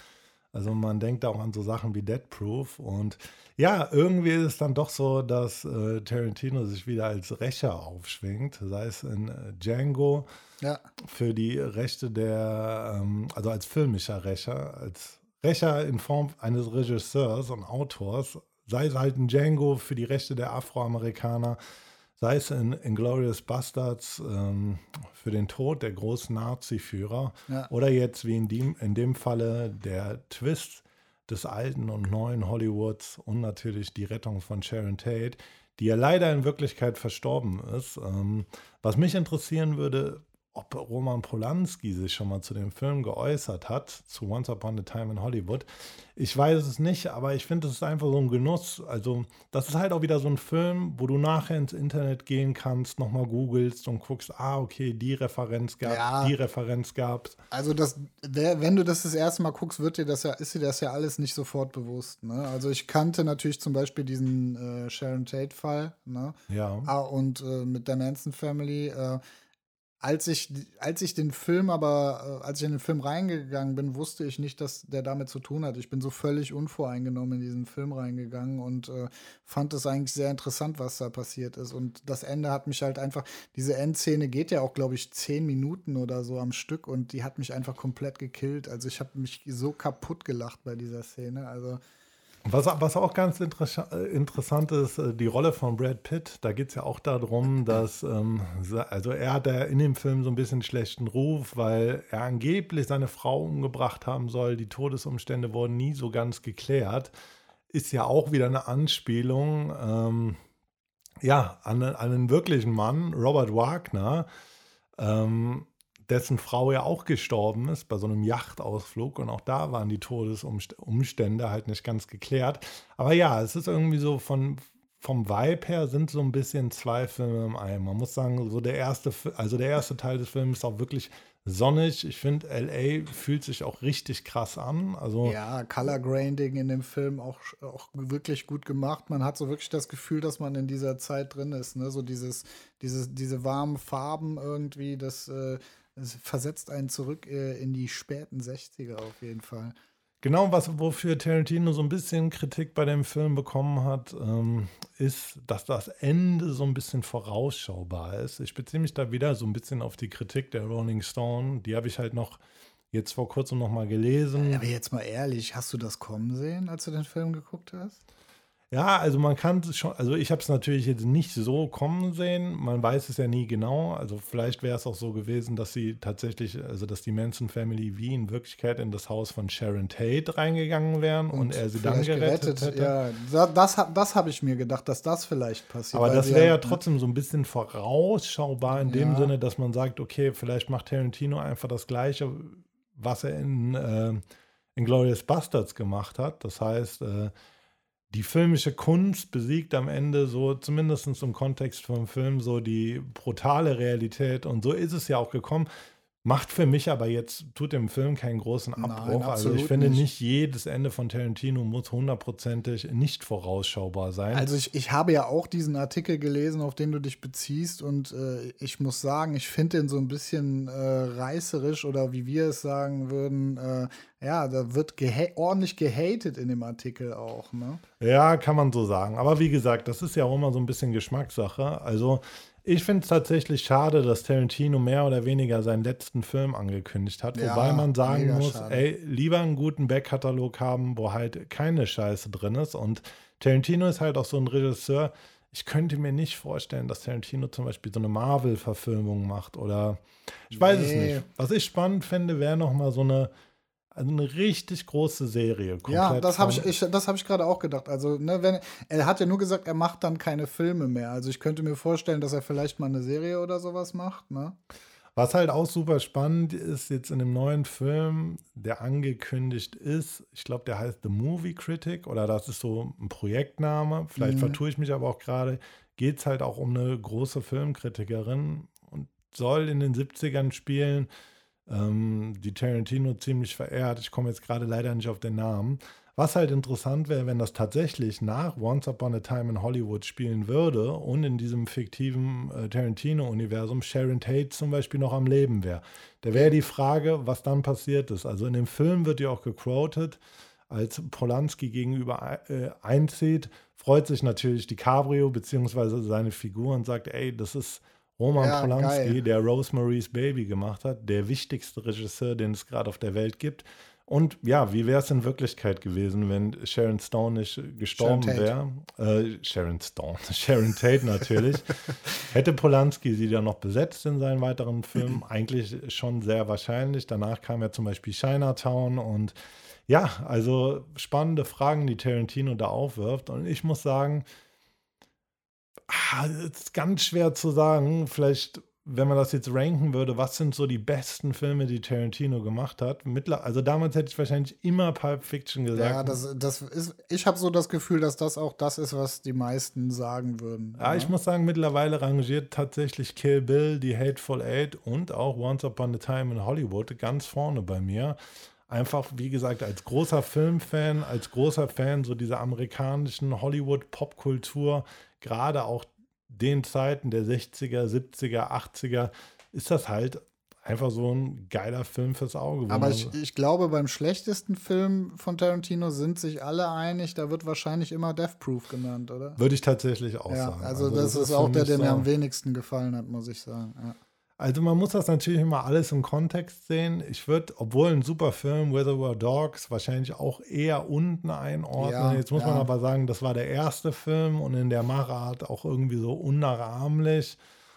Also man denkt auch an so Sachen wie Death Proof. Und ja, irgendwie ist es dann doch so, dass äh, Tarantino sich wieder als Rächer aufschwingt, sei es in äh, Django Ja, für die Rechte der, ähm, also als filmischer Rächer, als Rächer in Form eines Regisseurs und Autors, sei es halt in Django für die Rechte der Afroamerikaner, sei es in Inglourious Basterds ähm, für den Tod der großen Nazi-Führer ja. oder jetzt wie in dem, in dem Falle der Twist des alten und neuen Hollywoods und natürlich die Rettung von Sharon Tate, die ja leider in Wirklichkeit verstorben ist. Ähm, was mich interessieren würde, ob Roman Polanski sich schon mal zu dem Film geäußert hat, zu Once Upon a Time in Hollywood. Ich weiß es nicht, aber ich finde, es ist einfach so ein Genuss. Also, das ist halt auch wieder so ein Film, wo du nachher ins Internet gehen kannst, nochmal googelst und guckst, ah, okay, die Referenz gab Ja, die Referenz gab's. also das, wer- wenn du das das erste Mal guckst, wird dir das ja, ist dir das ja alles nicht sofort bewusst. Ne? Also ich kannte natürlich zum Beispiel diesen äh, Sharon Tate-Fall, ne? Ja. Ah, und äh, mit der Manson Family. Äh, als ich, als ich den Film aber, äh, als ich in den Film reingegangen bin, wusste ich nicht, dass der damit zu tun hat. Ich bin so völlig unvoreingenommen in diesen Film reingegangen und äh, fand es eigentlich sehr interessant, was da passiert ist. Und das Ende hat mich halt einfach, diese Endszene geht ja auch, glaube ich, zehn Minuten oder so am Stück und die hat mich einfach komplett gekillt. Also ich habe mich so kaputt gelacht bei dieser Szene. Also Was, was auch ganz interessa- äh, interessant ist, äh, die Rolle von Brad Pitt, da geht es ja auch darum, dass, ähm, sa- also er hat ja in dem Film so ein bisschen schlechten Ruf, weil er angeblich seine Frau umgebracht haben soll. Die Todesumstände wurden nie so ganz geklärt. Ist ja auch wieder eine Anspielung, ähm, ja, an, an einen wirklichen Mann, Robert Wagner, ähm, dessen Frau ja auch gestorben ist bei so einem Yachtausflug und auch da waren die Todesumstände halt nicht ganz geklärt. Aber ja, es ist irgendwie so von, vom Vibe her sind so ein bisschen zwei Filme im einen. Man muss sagen, so der erste, Fi- also der erste Teil des Films ist auch wirklich sonnig. Ich finde, L A fühlt sich auch richtig krass an. Also ja, Color Grading in dem Film auch, auch wirklich gut gemacht. Man hat so wirklich das Gefühl, dass man in dieser Zeit drin ist. Ne? So dieses, dieses, diese warmen Farben irgendwie, das, äh, das versetzt einen zurück äh, in die späten sechziger auf jeden Fall. genau, was, wofür Tarantino so ein bisschen Kritik bei dem Film bekommen hat, ähm, ist, dass das Ende so ein bisschen vorausschaubar ist. Ich beziehe mich da wieder so ein bisschen auf die Kritik der Rolling Stone. Die habe ich halt noch jetzt vor kurzem noch mal gelesen. Aber jetzt mal ehrlich, hast du das kommen sehen, als du den Film geguckt hast? Ja, also man kann es schon, also ich habe es natürlich jetzt nicht so kommen sehen, man weiß es ja nie genau, also vielleicht wäre es auch so gewesen, dass sie tatsächlich, also dass die Manson Family wie in Wirklichkeit in das Haus von Sharon Tate reingegangen wären und, er sie dann vielleicht gerettet, hätte. Ja, da- das, hab- das habe ich mir gedacht, dass das vielleicht passiert. Aber weil das sie wäre ja halt, ne? trotzdem so ein bisschen vorausschaubar in dem Ja. Sinne, dass man sagt, okay, vielleicht macht Tarantino einfach das Gleiche, was er in äh, Inglourious Basterds gemacht hat. Das heißt, äh, die filmische Kunst besiegt am Ende so, zumindest im Kontext vom Film, so die brutale Realität. Und so ist es ja auch gekommen. Macht für mich aber jetzt, tut dem Film keinen großen Nein, Abbruch. Also ich absolut finde nicht. nicht jedes Ende von Tarantino muss hundertprozentig nicht vorausschaubar sein. Also ich, ich habe ja auch diesen Artikel gelesen, auf den du dich beziehst und äh, ich muss sagen, ich finde den so ein bisschen äh, reißerisch oder wie wir es sagen würden, äh, ja, da wird geha ordentlich gehatet in dem Artikel auch, ne? Ja, kann man so sagen. Aber wie gesagt, das ist ja auch immer so ein bisschen Geschmackssache. Also ich finde es tatsächlich schade, dass Tarantino mehr oder weniger seinen letzten Film angekündigt hat. Ja, Wobei man sagen mega muss, schade. ey, lieber einen guten Backkatalog haben, wo halt keine Scheiße drin ist. Und Tarantino ist halt auch so ein Regisseur. Ich könnte mir nicht vorstellen, dass Tarantino zum Beispiel so eine Marvel-Verfilmung macht oder ich weiß es Nee. nicht. Was ich spannend fände, wäre noch mal so eine, also eine richtig große Serie. Ja, komplett das habe ich, von- ich, das hab ich gerade auch gedacht. Also, ne, wenn, er hat ja nur gesagt, er macht dann keine Filme mehr. Also ich könnte mir vorstellen, dass er vielleicht mal eine Serie oder sowas macht, ne? Was halt auch super spannend ist, jetzt in dem neuen Film, der angekündigt ist, ich glaube, der heißt The Movie Critic oder das ist so ein Projektname, vielleicht Mhm. vertue ich mich aber auch gerade, geht es halt auch um eine große Filmkritikerin und soll in den siebzigern spielen. ähm, die Tarantino ziemlich verehrt. Ich komme jetzt gerade leider nicht auf den Namen. Was halt interessant wäre, wenn das tatsächlich nach Once Upon a Time in Hollywood spielen würde und in diesem fiktiven äh, Tarantino-Universum Sharon Tate zum Beispiel noch am Leben wäre. Da wäre die Frage, was dann passiert ist. Also in dem Film wird ja auch gequotet, als Polanski gegenüber äh, einzieht, freut sich natürlich DiCaprio beziehungsweise seine Figur und sagt, ey, das ist Roman Ja, Polanski, geil. der Rosemary's Baby gemacht hat, der wichtigste Regisseur, den es gerade auf der Welt gibt. Und ja, wie wäre es in Wirklichkeit gewesen, wenn Sharon Stone nicht gestorben wäre? Äh, Sharon Stone, Sharon Tate natürlich. Hätte Polanski sie dann noch besetzt in seinen weiteren Filmen? Eigentlich schon sehr wahrscheinlich. Danach kam ja zum Beispiel Chinatown und ja, also spannende Fragen, die Tarantino da aufwirft. Und ich muss sagen, ah, es ist ganz schwer zu sagen. Vielleicht, wenn man das jetzt ranken würde, was sind so die besten Filme, die Tarantino gemacht hat? Mittler, also damals hätte ich wahrscheinlich immer Pulp Fiction gesagt. Ja, das, das ist, ich habe so das Gefühl, dass das auch das ist, was die meisten sagen würden. Ja, ich muss sagen, mittlerweile rangiert tatsächlich Kill Bill, die Hateful Eight und auch Once Upon a Time in Hollywood ganz vorne bei mir. Einfach, wie gesagt, als großer Filmfan, als großer Fan so dieser amerikanischen Hollywood-Popkultur, gerade auch den Zeiten der sechziger, siebziger, achtziger, ist das halt einfach so ein geiler Film fürs Auge. Aber ich, ich glaube, beim schlechtesten Film von Tarantino sind sich alle einig, da wird wahrscheinlich immer Death Proof genannt, oder? Würde ich tatsächlich auch ja, sagen. Also, also das, das ist auch der, der so mir am wenigsten gefallen hat, muss ich sagen. Ja. Also man muss das natürlich immer alles im Kontext sehen. Ich würde, obwohl ein super Film, Reservoir Dogs, wahrscheinlich auch eher unten einordnen. Ja, Jetzt muss ja. man aber sagen, das war der erste Film und in der Machart auch irgendwie so unnachahmlich.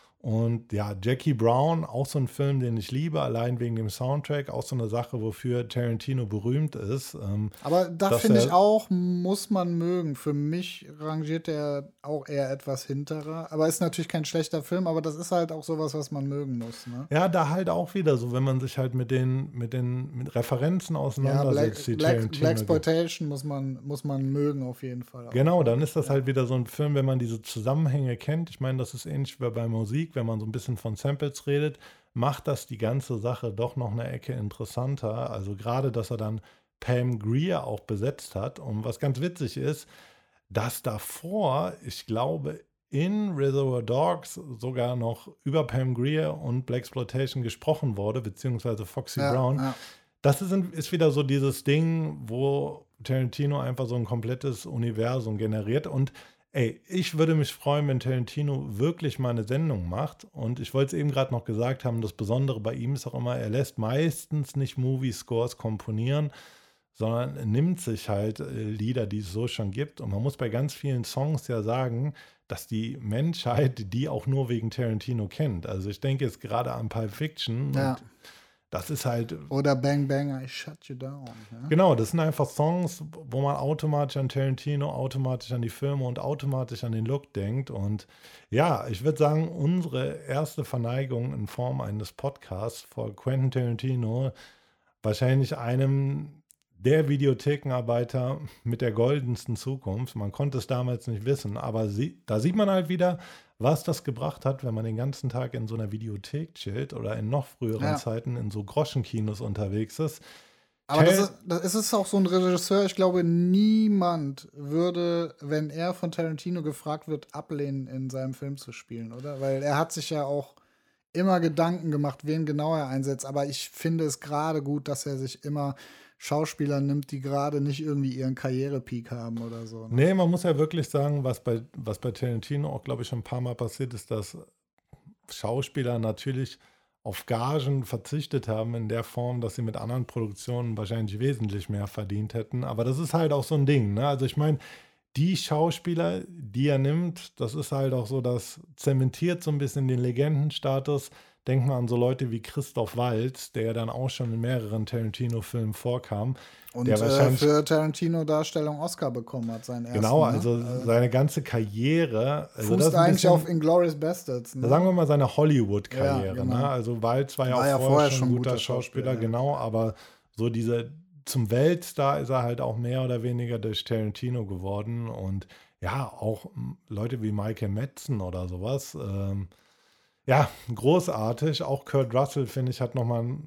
Und ja, Jackie Brown, auch so ein Film, den ich liebe, allein wegen dem Soundtrack, auch so eine Sache, wofür Tarantino berühmt ist. Ähm, Aber da dass finde ich er- auch, muss man mögen. Für mich rangiert der auch eher etwas hinterer. Aber ist natürlich kein schlechter Film, aber das ist halt auch sowas, was man mögen muss. Ne? Ja, da halt auch wieder so, wenn man sich halt mit den, mit den mit Referenzen Ja, Black, auseinandersetzt, die Black, Tarantino gibt. Blaxploitation muss man, muss man mögen auf jeden Fall. auch. Genau, dann ist das halt wieder so ein Film, wenn man diese Zusammenhänge kennt. Ich meine, das ist ähnlich wie bei Musik, wenn man so ein bisschen von Samples redet, macht das die ganze Sache doch noch eine Ecke interessanter. Also gerade, dass er dann Pam Grier auch besetzt hat. Und was ganz witzig ist, dass davor, ich glaube, in Reservoir Dogs sogar noch über Pam Grier und Blaxploitation gesprochen wurde, beziehungsweise Foxy Ja, Brown. ja. Das ist, ist wieder so dieses Ding, wo Tarantino einfach so ein komplettes Universum generiert. Und ey, ich würde mich freuen, wenn Tarantino wirklich mal eine Sendung macht. Und ich wollte es eben gerade noch gesagt haben, das Besondere bei ihm ist auch immer, er lässt meistens nicht Movie-Scores komponieren, sondern nimmt sich halt äh, Lieder, die es so schon gibt. Und man muss bei ganz vielen Songs ja sagen, dass die Menschheit die auch nur wegen Tarantino kennt. Also ich denke jetzt gerade an Pulp Fiction. Ja. Und das ist halt Oder Bang Bang, I Shut You Down. Ja? Genau, das sind einfach Songs, wo man automatisch an Tarantino, automatisch an die Filme und automatisch an den Look denkt. Und ja, ich würde sagen, unsere erste Verneigung in Form eines Podcasts vor Quentin Tarantino, wahrscheinlich einem der Videothekenarbeiter mit der goldensten Zukunft. Man konnte es damals nicht wissen, aber sie, da sieht man halt wieder, was das gebracht hat, wenn man den ganzen Tag in so einer Videothek chillt oder in noch früheren Ja. Zeiten in so Groschenkinos unterwegs ist. Aber das Tar- ist, das ist auch so ein Regisseur, ich glaube, niemand würde, wenn er von Tarantino gefragt wird, ablehnen, in seinem Film zu spielen, oder? Weil er hat sich ja auch immer Gedanken gemacht, wen genau er einsetzt. Aber ich finde es gerade gut, dass er sich immer Schauspieler nimmt, die gerade nicht irgendwie ihren Karrierepeak haben oder so. Ne? Nee, man muss ja wirklich sagen, was bei, was bei Tarantino auch, glaube ich, schon ein paar Mal passiert ist, dass Schauspieler natürlich auf Gagen verzichtet haben in der Form, dass sie mit anderen Produktionen wahrscheinlich wesentlich mehr verdient hätten. Aber das ist halt auch so ein Ding, ne? Also ich meine, die Schauspieler, die er nimmt, das ist halt auch so, das zementiert so ein bisschen den Legendenstatus. Denkt man an so Leute wie Christoph Waltz, der ja dann auch schon in mehreren Tarantino-Filmen vorkam. Und der äh, wahrscheinlich- für Tarantino-Darstellung Oscar bekommen hat, seinen ersten. Genau, ne? also seine ganze Karriere. Also das Fußt ist ein eigentlich bisschen- auf Inglourious Bastards. Ne? Sagen wir mal seine Hollywood-Karriere. Ja, genau. Ne? Also Waltz war ja War auch ja vorher, vorher schon schon ein ein guter guter Schauspieler, Schauspieler, ja. genau, aber so diese zum Weltstar ist er halt auch mehr oder weniger durch Tarantino geworden und ja, auch m, Leute wie Michael Madsen oder sowas. Ähm, ja, großartig. Auch Kurt Russell, finde ich, hat nochmal einen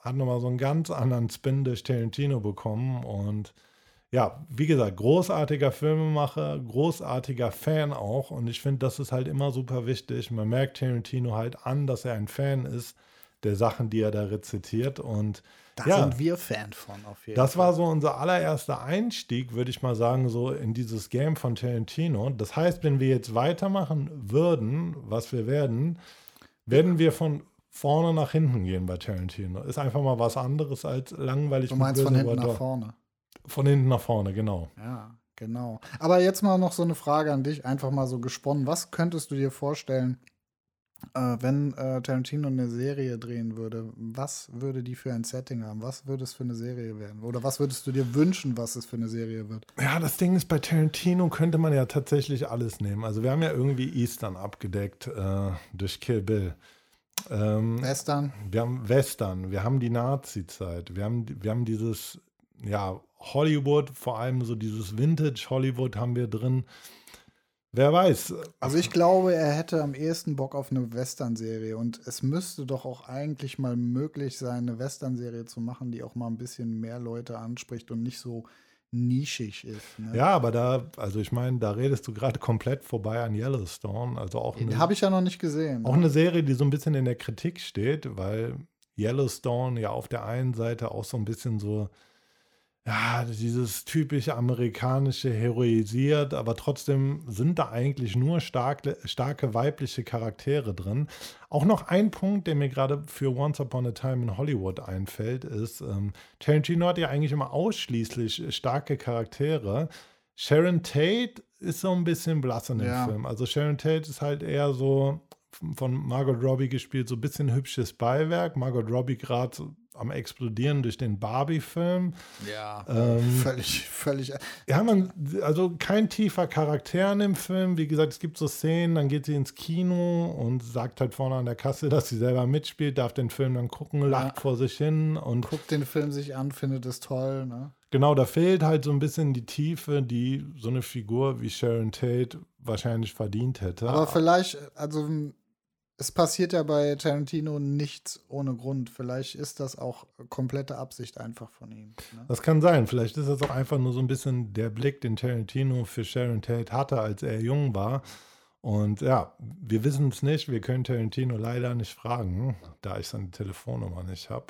hat nochmal so einen ganz anderen Spin durch Tarantino bekommen. Und ja, wie gesagt, großartiger Filmemacher, großartiger Fan auch. Und ich finde, das ist halt immer super wichtig. Man merkt Tarantino halt an, dass er ein Fan ist der Sachen, die er da rezitiert. Und Da ja, sind wir Fan von, auf jeden das Fall. war so unser allererster Einstieg, würde ich mal sagen, so in dieses Game von Tarantino. Das heißt, wenn wir jetzt weitermachen würden, was wir werden, werden wir von vorne nach hinten gehen bei Tarantino. Ist einfach mal was anderes als langweilig. Du meinst mit von böse hinten nach Wörter. vorne. Von hinten nach vorne, genau. Ja, genau. Aber jetzt mal noch so eine Frage an dich, einfach mal so gesponnen. Was könntest du dir vorstellen, äh, wenn äh, Tarantino eine Serie drehen würde? Was würde die für ein Setting haben? Was würde es für eine Serie werden? Oder was würdest du dir wünschen, was es für eine Serie wird? Ja, das Ding ist, bei Tarantino könnte man ja tatsächlich alles nehmen. Also wir haben ja irgendwie Eastern abgedeckt äh, durch Kill Bill. Ähm, Western? Wir haben Western, wir haben die Nazi-Zeit, wir haben, wir haben dieses, ja, Hollywood, vor allem so dieses Vintage-Hollywood haben wir drin. Wer weiß. Also ich glaube, er hätte am ehesten Bock auf eine Western-Serie und es müsste doch auch eigentlich mal möglich sein, eine Western-Serie zu machen, die auch mal ein bisschen mehr Leute anspricht und nicht so nischig ist. Ne? Ja, aber da, also ich meine, da redest du gerade komplett vorbei an Yellowstone. Also auch eine, Habe ich ja noch nicht gesehen. auch eine Serie, die so ein bisschen in der Kritik steht, weil Yellowstone ja auf der einen Seite auch so ein bisschen so, ja, dieses typische amerikanische heroisiert, aber trotzdem sind da eigentlich nur starke, starke weibliche Charaktere drin. Auch noch ein Punkt, der mir gerade für Once Upon a Time in Hollywood einfällt, ist, ähm, Tarantino hat ja eigentlich immer ausschließlich starke Charaktere. Sharon Tate ist so ein bisschen blass in dem Ja. Film. Also Sharon Tate ist halt eher so von Margot Robbie gespielt, so ein bisschen hübsches Beiwerk. Margot Robbie gerade so am Explodieren durch den Barbie-Film. Ja, Ähm, völlig, völlig. Ja, man, also kein tiefer Charakter in dem Film. Wie gesagt, es gibt so Szenen, dann geht sie ins Kino und sagt halt vorne an der Kasse, dass sie selber mitspielt, darf den Film dann gucken, lacht Ja. vor sich hin und Guckt den Film sich an, findet es toll. Ne? genau, da fehlt halt so ein bisschen die Tiefe, die so eine Figur wie Sharon Tate wahrscheinlich verdient hätte. Aber vielleicht, also es passiert ja bei Tarantino nichts ohne Grund. Vielleicht ist das auch komplette Absicht einfach von ihm. Ne? Das kann sein. Vielleicht ist das auch einfach nur so ein bisschen der Blick, den Tarantino für Sharon Tate hatte, als er jung war. Und ja, wir wissen es nicht. Wir können Tarantino leider nicht fragen, da ich seine Telefonnummer nicht habe.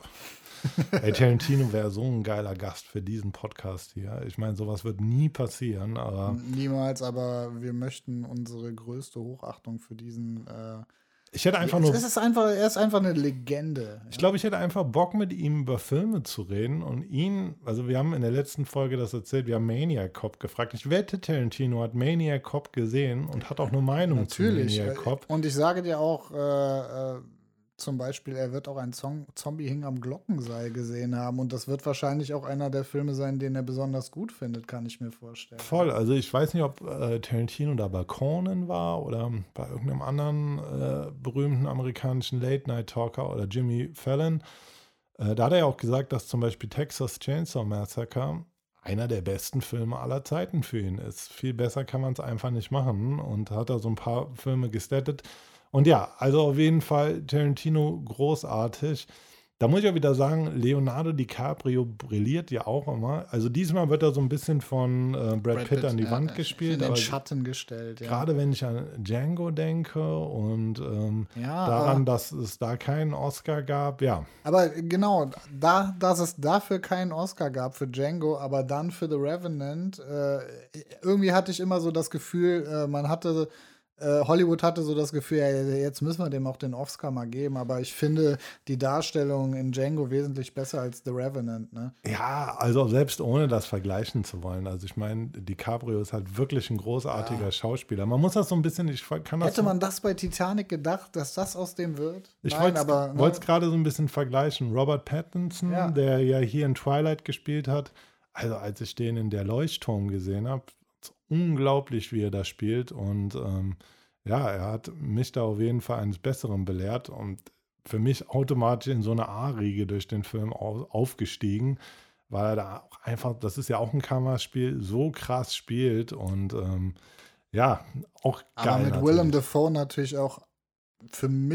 Ey, Tarantino wäre so ein geiler Gast für diesen Podcast hier. Ich meine, sowas wird nie passieren, aber Niemals, aber wir möchten unsere größte Hochachtung für diesen. Äh, ich hätte einfach nur. es ist einfach, er ist einfach eine Legende. Ich glaube, ich hätte einfach Bock, mit ihm über Filme zu reden und ihn, also wir haben in der letzten Folge das erzählt, wir haben Maniac Cop gefragt. Ich wette, Tarantino hat Maniac Cop gesehen und hat auch eine Meinung Natürlich. zu Maniac Cop. Und ich sage dir auch, äh, äh, zum Beispiel, er wird auch ein Zom Zombie hing am Glockenseil gesehen haben und das wird wahrscheinlich auch einer der Filme sein, den er besonders gut findet, kann ich mir vorstellen. Voll, also ich weiß nicht, ob äh, Tarantino da bei Conan war oder bei irgendeinem anderen äh, berühmten amerikanischen Late-Night-Talker oder Jimmy Fallon. Äh, da hat er ja auch gesagt, dass zum Beispiel Texas Chainsaw Massacre einer der besten Filme aller Zeiten für ihn ist. Viel besser kann man es einfach nicht machen und hat da so ein paar Filme gestattet. Und ja, also auf jeden Fall Tarantino großartig. Da muss ich auch wieder sagen, Leonardo DiCaprio brilliert ja auch immer. Also diesmal wird er so ein bisschen von äh, Brad, Brad Pitt an die ja, Wand in gespielt. den aber Schatten gestellt, ja. gerade wenn ich an Django denke und ähm, Ja, daran, aber- dass es da keinen Oscar gab, ja. Aber genau, da, dass es dafür keinen Oscar gab für Django, aber dann für The Revenant, äh, irgendwie hatte ich immer so das Gefühl, äh, man hatte, äh, Hollywood hatte so das Gefühl, ja, jetzt müssen wir dem auch den Oscar mal geben, aber ich finde die Darstellung in Django wesentlich besser als The Revenant, ne? Ja, also selbst ohne das vergleichen zu wollen. Also ich meine, DiCaprio ist halt wirklich ein großartiger Ja. Schauspieler. Man muss das so ein bisschen, ich kann das Hätte man das bei Titanic gedacht, dass das aus dem wird? Ich Nein, wollte aber ne? es gerade so ein bisschen vergleichen. Robert Pattinson, Ja. der ja hier in Twilight gespielt hat, also als ich den in der Leuchtturm gesehen habe, unglaublich, wie er da spielt. Und ähm, ja, er hat mich da auf jeden Fall eines Besseren belehrt und für mich automatisch in so eine A-Riege durch den Film au- aufgestiegen, weil er da auch einfach, das ist ja auch ein Kammerspiel, so krass spielt und ähm, ja, auch geil. Aber mit natürlich. Willem Dafoe natürlich auch für mich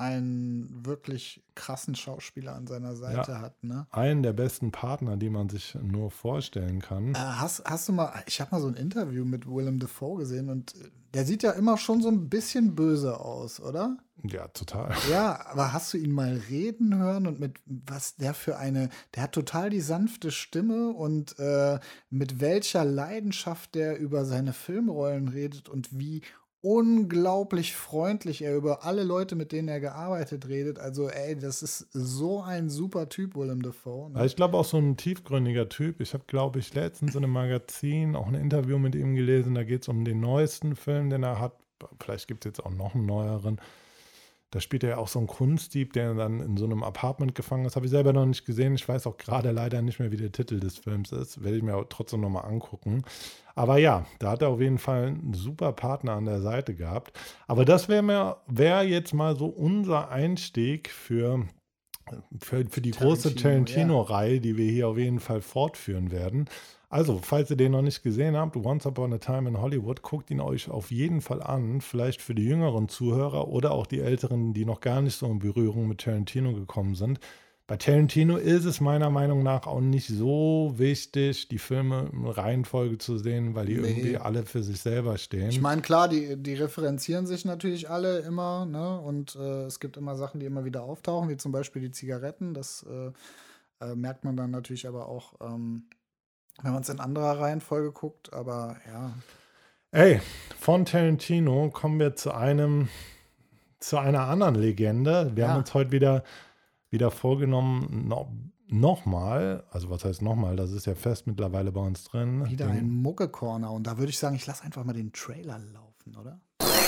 einen wirklich krassen Schauspieler an seiner Seite Ja, hat, ne? einen der besten Partner, die man sich nur vorstellen kann. Äh, hast, hast du mal, ich habe mal so ein Interview mit Willem Dafoe gesehen und äh, der sieht ja immer schon so ein bisschen böse aus, oder? Ja, total. Ja, aber hast du ihn mal reden hören und mit was der für eine, der hat total die sanfte Stimme und äh, mit welcher Leidenschaft der über seine Filmrollen redet und wie unglaublich freundlich er über alle Leute, mit denen er gearbeitet, redet. Also, ey, das ist so ein super Typ, Willem Dafoe. Ja, Ne? ich glaube auch so ein tiefgründiger Typ. Ich habe, glaube ich, letztens in einem Magazin auch ein Interview mit ihm gelesen. Da geht es um den neuesten Film, den er hat. Vielleicht gibt es jetzt auch noch einen neueren. Da spielt er ja auch so einen Kunstdieb, der dann in so einem Apartment gefangen ist. Habe ich selber noch nicht gesehen. Ich weiß auch gerade leider nicht mehr, wie der Titel des Films ist. Werde ich mir aber trotzdem nochmal angucken. Aber ja, da hat er auf jeden Fall einen super Partner an der Seite gehabt. Aber das wäre mir, wäre jetzt mal so unser Einstieg für, für, für die große Tarantino, ja. Tarantino-Reihe, die wir hier auf jeden Fall fortführen werden. Also, falls ihr den noch nicht gesehen habt, Once Upon a Time in Hollywood, guckt ihn euch auf jeden Fall an. Vielleicht für die jüngeren Zuhörer oder auch die älteren, die noch gar nicht so in Berührung mit Tarantino gekommen sind. Bei Tarantino ist es meiner Meinung nach auch nicht so wichtig, die Filme in Reihenfolge zu sehen, weil die Nee. irgendwie alle für sich selber stehen. Ich meine, klar, die, die referenzieren sich natürlich alle immer, ne? Und äh, es gibt immer Sachen, die immer wieder auftauchen, wie zum Beispiel die Zigaretten. Das äh, äh, merkt man dann natürlich aber auch, ähm, wenn man es in anderer Reihenfolge guckt. Aber ja, Ey, von Tarantino kommen wir zu einem, zu einer anderen Legende. Wir Ja. haben uns heute wieder, wieder vorgenommen, no, nochmal, also was heißt nochmal, das ist ja fest mittlerweile bei uns drin. wieder den- ein Mucke-Corner. Und da würde ich sagen, ich lasse einfach mal den Trailer laufen, oder?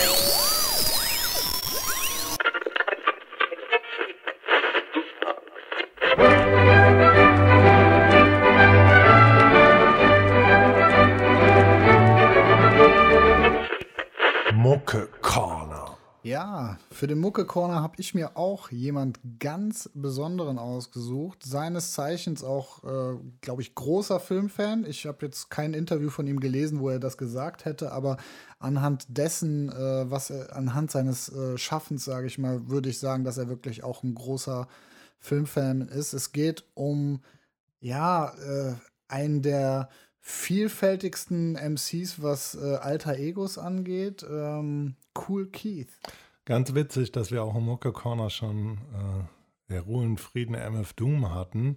Mucke Corner. Ja, für den Mucke-Corner habe ich mir auch jemand ganz Besonderen ausgesucht. Seines Zeichens auch, äh, glaube ich, großer Filmfan. Ich habe jetzt kein Interview von ihm gelesen, wo er das gesagt hätte, aber anhand dessen, äh, was er, anhand seines äh, Schaffens, sage ich mal, würde ich sagen, dass er wirklich auch ein großer Filmfan ist. Es geht um, ja, äh, einen der vielfältigsten M Cs, was äh, Alter Egos angeht. Ähm, Kool Keith. Ganz witzig, dass wir auch im Mucke Corner schon äh, der Ruhe und Frieden M F Doom hatten.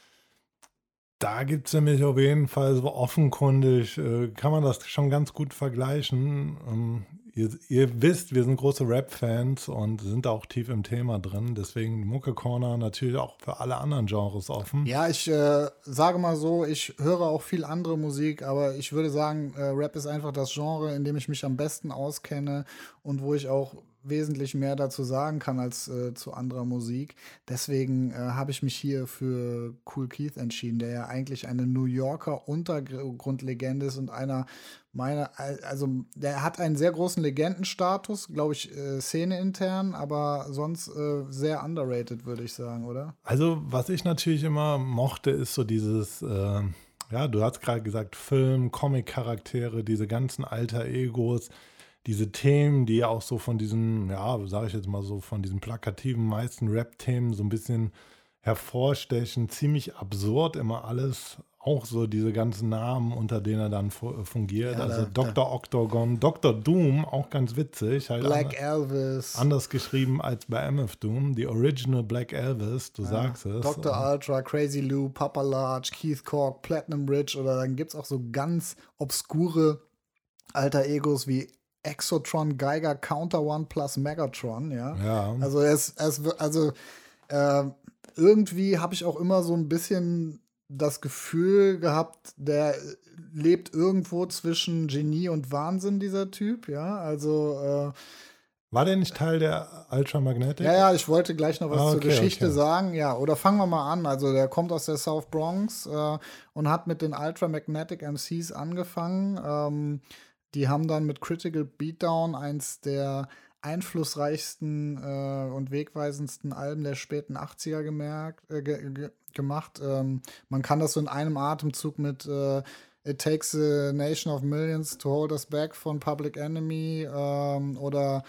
Da gibt es nämlich auf jeden Fall so offenkundig, äh, kann man das schon ganz gut vergleichen. Ähm, ihr, ihr wisst, wir sind große Rap-Fans und sind da auch tief im Thema drin. Deswegen Mucke Corner natürlich auch für alle anderen Genres offen. Ja, ich äh, sage mal so, ich höre auch viel andere Musik, aber ich würde sagen, äh, Rap ist einfach das Genre, in dem ich mich am besten auskenne und wo ich auch wesentlich mehr dazu sagen kann als äh, zu anderer Musik. Deswegen äh, habe ich mich hier für Kool Keith entschieden, der ja eigentlich eine New Yorker Untergrundlegende ist und einer meiner, also der hat einen sehr großen Legendenstatus, glaube ich, äh, Szene-intern, aber sonst äh, sehr underrated, würde ich sagen, oder? Also, was ich natürlich immer mochte, ist so dieses, äh, ja, du hast gerade gesagt, Film, Comic-Charaktere, diese ganzen Alter-Egos, diese Themen, die ja auch so von diesen, ja, sage ich jetzt mal so, von diesen plakativen meisten Rap-Themen so ein bisschen hervorstechen, ziemlich absurd immer alles, auch so diese ganzen Namen, unter denen er dann fu- fungiert, Ja, also da- Doktor Octagon, Doktor Doom, auch ganz witzig, halt Black an- Elvis. anders geschrieben als bei M F Doom, die Original Black Elvis, du sagst es. Doktor Ultra, Crazy Lou, Papa Large, Keith Cork, Platinum Bridge oder dann gibt es auch so ganz obskure Alter Egos wie Exotron, Geiger, Counter One plus Megatron, ja. Ja. Also es, es wir- also äh, irgendwie habe ich auch immer so ein bisschen das Gefühl gehabt, der lebt irgendwo zwischen Genie und Wahnsinn, dieser Typ, ja. Also äh, War der nicht Teil der Ultramagnetic? Ja, ja, ich wollte gleich noch was Ah, zur okay, Geschichte okay. sagen. Ja, oder fangen wir mal an. Also der kommt aus der South Bronx äh, und hat mit den Ultramagnetic M Cs angefangen. Ähm, die haben dann mit Critical Beatdown eins der einflussreichsten äh, und wegweisendsten Alben der späten achtziger gemerkt, äh, ge ge gemacht. Ähm, man kann das so in einem Atemzug mit äh, It Takes a Nation of Millions to Hold Us Back von Public Enemy ähm, oder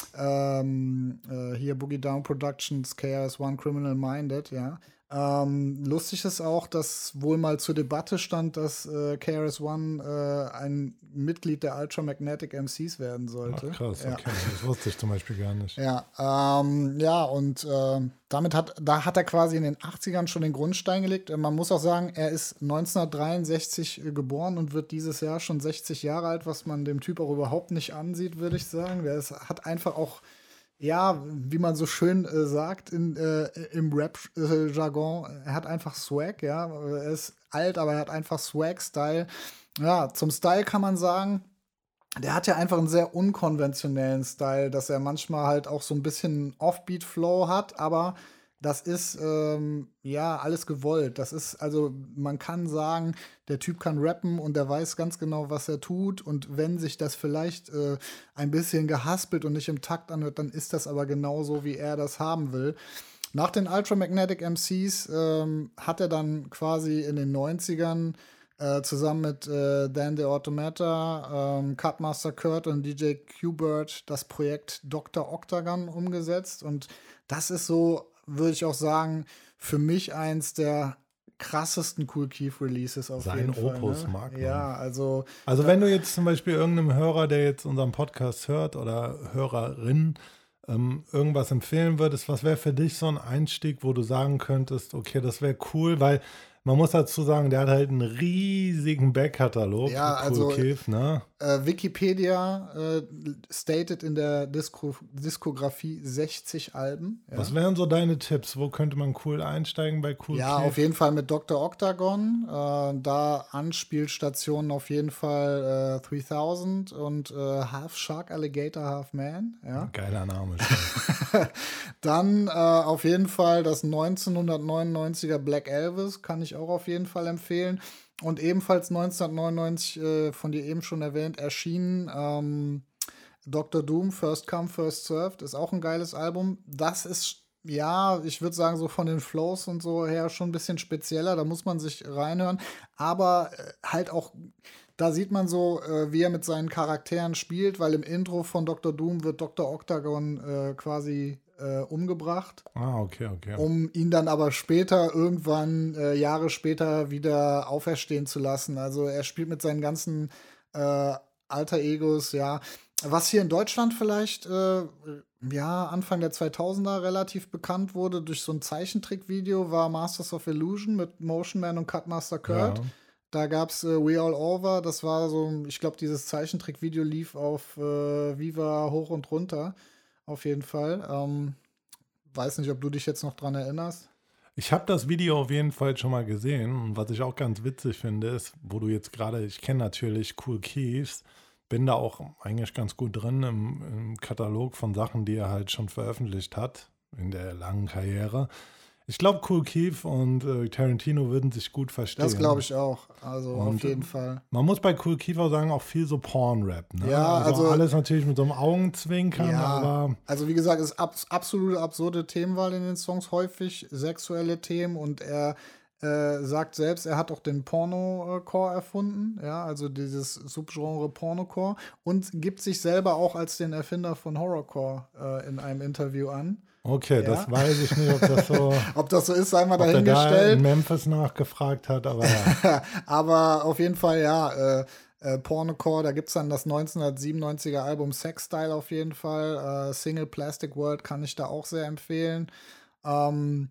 ähm, äh, hier Boogie Down Productions, K R S One Criminal Minded, ja. Ähm, lustig ist auch, dass wohl mal zur Debatte stand, dass äh, K R S One äh, ein Mitglied der Ultramagnetic M Cs werden sollte. Ach krass, ja. okay, das wusste ich zum Beispiel gar nicht. Ja, ähm, ja, und äh, damit hat, da hat er quasi in den achtzigern schon den Grundstein gelegt. Man muss auch sagen, er ist neunzehnhundertdreiundsechzig geboren und wird dieses Jahr schon sechzig Jahre alt, was man dem Typ auch überhaupt nicht ansieht, würde ich sagen. Der ist, hat einfach auch, ja, wie man so schön äh, sagt in, äh, im Rap-Jargon, er hat einfach Swag, ja. Er ist alt, aber er hat einfach Swag-Style. Ja, zum Style kann man sagen, der hat ja einfach einen sehr unkonventionellen Style, dass er manchmal halt auch so ein bisschen Offbeat-Flow hat, aber das ist ähm, ja alles gewollt. Das ist, also man kann sagen, der Typ kann rappen und der weiß ganz genau, was er tut. Und wenn sich das vielleicht äh, ein bisschen gehaspelt und nicht im Takt anhört, dann ist das aber genauso, wie er das haben will. Nach den Ultramagnetic M Cs ähm, hat er dann quasi in den neunzigern Äh, zusammen mit äh, Dan the Automata, ähm, Cutmaster Kurt und D J Q-Bird das Projekt Doktor Octagon umgesetzt. Und das ist so, würde ich auch sagen, für mich eins der krassesten Kool Keith Releases auf Sein jeden Fall. Opus, ne? mag man. Ja, also. Also wenn du jetzt zum Beispiel irgendeinem Hörer, der jetzt unseren Podcast hört oder Hörerin, ähm, irgendwas empfehlen würdest, was wäre für dich so ein Einstieg, wo du sagen könntest, okay, das wäre cool, weil man muss dazu sagen, der hat halt einen riesigen Backkatalog. Ja, Kool also Keith, ne? äh, Wikipedia äh, stated in der Disko Diskografie sechzig Alben. Ja. Was wären so deine Tipps? Wo könnte man cool einsteigen bei Kool Ja, Keith? auf jeden Fall mit Doktor Octagon. Äh, da Anspielstationen auf jeden Fall äh, dreitausend und äh, Half Shark Alligator, Half Man. Ja. Geiler Name. Dann äh, auf jeden Fall das neunzehnhundertneunundneunziger Black Elvis, kann ich auch auf jeden Fall empfehlen. Und ebenfalls neunzehnhundertneunundneunzig, äh, von dir eben schon erwähnt, erschienen ähm, Doktor Doom, First Come, First Served, ist auch ein geiles Album. Das ist, ja, ich würde sagen, so von den Flows und so her schon ein bisschen spezieller, da muss man sich reinhören. Aber äh, halt auch, da sieht man so, äh, wie er mit seinen Charakteren spielt, weil im Intro von Doktor Doom wird Doktor Octagon äh, quasi äh, umgebracht. Ah, okay, okay. Um ihn dann aber später, irgendwann äh, Jahre später, wieder auferstehen zu lassen. Also er spielt mit seinen ganzen äh, Alter-Egos, ja. Was hier in Deutschland vielleicht, äh, ja, Anfang der zweitausender relativ bekannt wurde durch so ein Zeichentrickvideo, war Masters of Illusion mit Motion Man und Cutmaster Kurt. Ja. Da gab es äh, We All Over, das war so, ich glaube, dieses Zeichentrickvideo lief auf äh, Viva hoch und runter. Auf jeden Fall. Ähm, weiß nicht, ob du dich jetzt noch dran erinnerst. Ich habe das Video auf jeden Fall schon mal gesehen. Und was ich auch ganz witzig finde, ist, wo du jetzt gerade, ich kenne natürlich Kool Keith, bin da auch eigentlich ganz gut drin im, im Katalog von Sachen, die er halt schon veröffentlicht hat in der langen Karriere. Ich glaube, Kool Keith und äh, Tarantino würden sich gut verstehen. Das glaube ich auch. Also Und, auf jeden Fall. Man muss bei Kool Keith auch sagen, auch viel so Porn-Rap. Ne? Ja, also, also- alles natürlich mit so einem Augenzwinkern, Ja, aber also wie gesagt, es ist abs absolute absurde Themenwahl in den Songs, häufig sexuelle Themen, und er äh, sagt selbst, er hat auch den Pornocore erfunden, ja, also dieses Subgenre Pornocore, und gibt sich selber auch als den Erfinder von Horrorcore äh, in einem Interview an. okay, Ja. das weiß ich nicht, ob das so, Ob das so ist, sei mal ob der da dahingestellt. in Memphis nachgefragt hat, aber ja. Aber auf jeden Fall, ja, äh, äh, Pornocore, da gibt es dann das neunzehnhundertsiebenundneunziger Album Sex Style auf jeden Fall. Äh, Single Plastic World kann ich da auch sehr empfehlen. Ähm,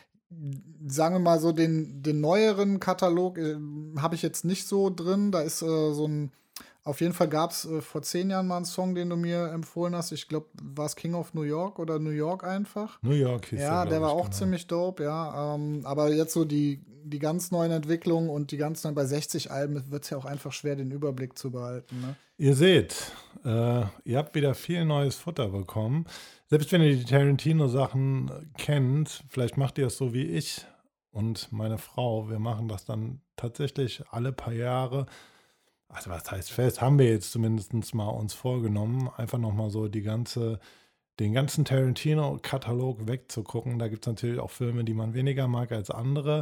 sagen wir mal so, den, den neueren Katalog äh, habe ich jetzt nicht so drin. Da ist äh, so ein, auf jeden Fall gab es äh, vor zehn Jahren mal einen Song, den du mir empfohlen hast. Ich glaube, war es King of New York oder New York einfach? New York hieß Ja, der, der glaub war ich, auch genau. ziemlich dope, ja. Ähm, aber jetzt so die, die ganz neuen Entwicklungen und die ganz neuen, bei sechzig Alben wird es ja auch einfach schwer, den Überblick zu behalten. Ne? Ihr seht, äh, ihr habt wieder viel neues Futter bekommen. Selbst wenn ihr die Tarantino-Sachen kennt, vielleicht macht ihr es so wie ich und meine Frau. Wir machen das dann tatsächlich alle paar Jahre. Also was heißt fest? Haben wir jetzt zumindest mal uns vorgenommen, einfach nochmal so die ganze, den ganzen Tarantino-Katalog wegzugucken. Da gibt es natürlich auch Filme, die man weniger mag als andere.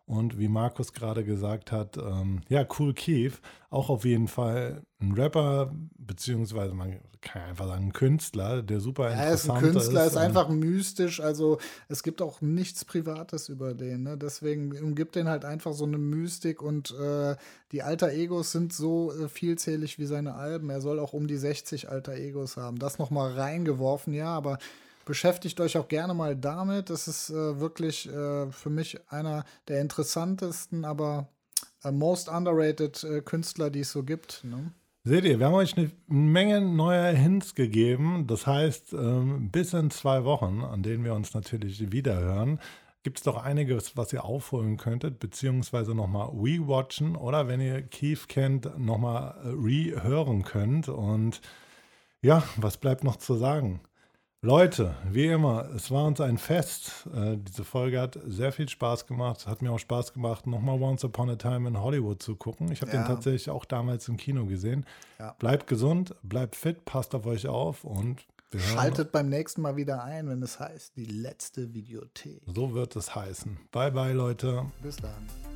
Und wie Markus gerade gesagt hat, ähm, ja, Kool Keith, auch auf jeden Fall ein Rapper, beziehungsweise man kann einfach sagen, ein Künstler, der super Er ist ein interessant Künstler, ist. ist einfach mystisch, also es gibt auch nichts Privates über den, ne? Deswegen umgibt den halt einfach so eine Mystik und äh, die Alter Egos sind so äh, vielzählig wie seine Alben. Er soll auch um die sechzig Alter Egos haben. Das nochmal reingeworfen, ja, aber beschäftigt euch auch gerne mal damit. Das ist äh, wirklich äh, für mich einer der interessantesten, aber äh, most underrated äh, Künstler, die es so gibt, ne? Seht ihr, wir haben euch eine Menge neuer Hints gegeben. Das heißt, ähm, bis in zwei Wochen, an denen wir uns natürlich wiederhören, gibt es doch einiges, was ihr aufholen könntet, beziehungsweise nochmal rewatchen oder wenn ihr Keith kennt, nochmal rehören könnt. Und ja, was bleibt noch zu sagen? Leute, wie immer, es war uns ein Fest. Äh, diese Folge hat sehr viel Spaß gemacht. Hat mir auch Spaß gemacht, nochmal Once Upon a Time in Hollywood zu gucken. Ich habe Ja. den tatsächlich auch damals im Kino gesehen. Ja. Bleibt gesund, bleibt fit, passt auf euch auf und wir hören. Schaltet beim nächsten Mal wieder ein, wenn es heißt, die letzte Videothek. So wird es heißen. Bye bye, Leute. Bis dann.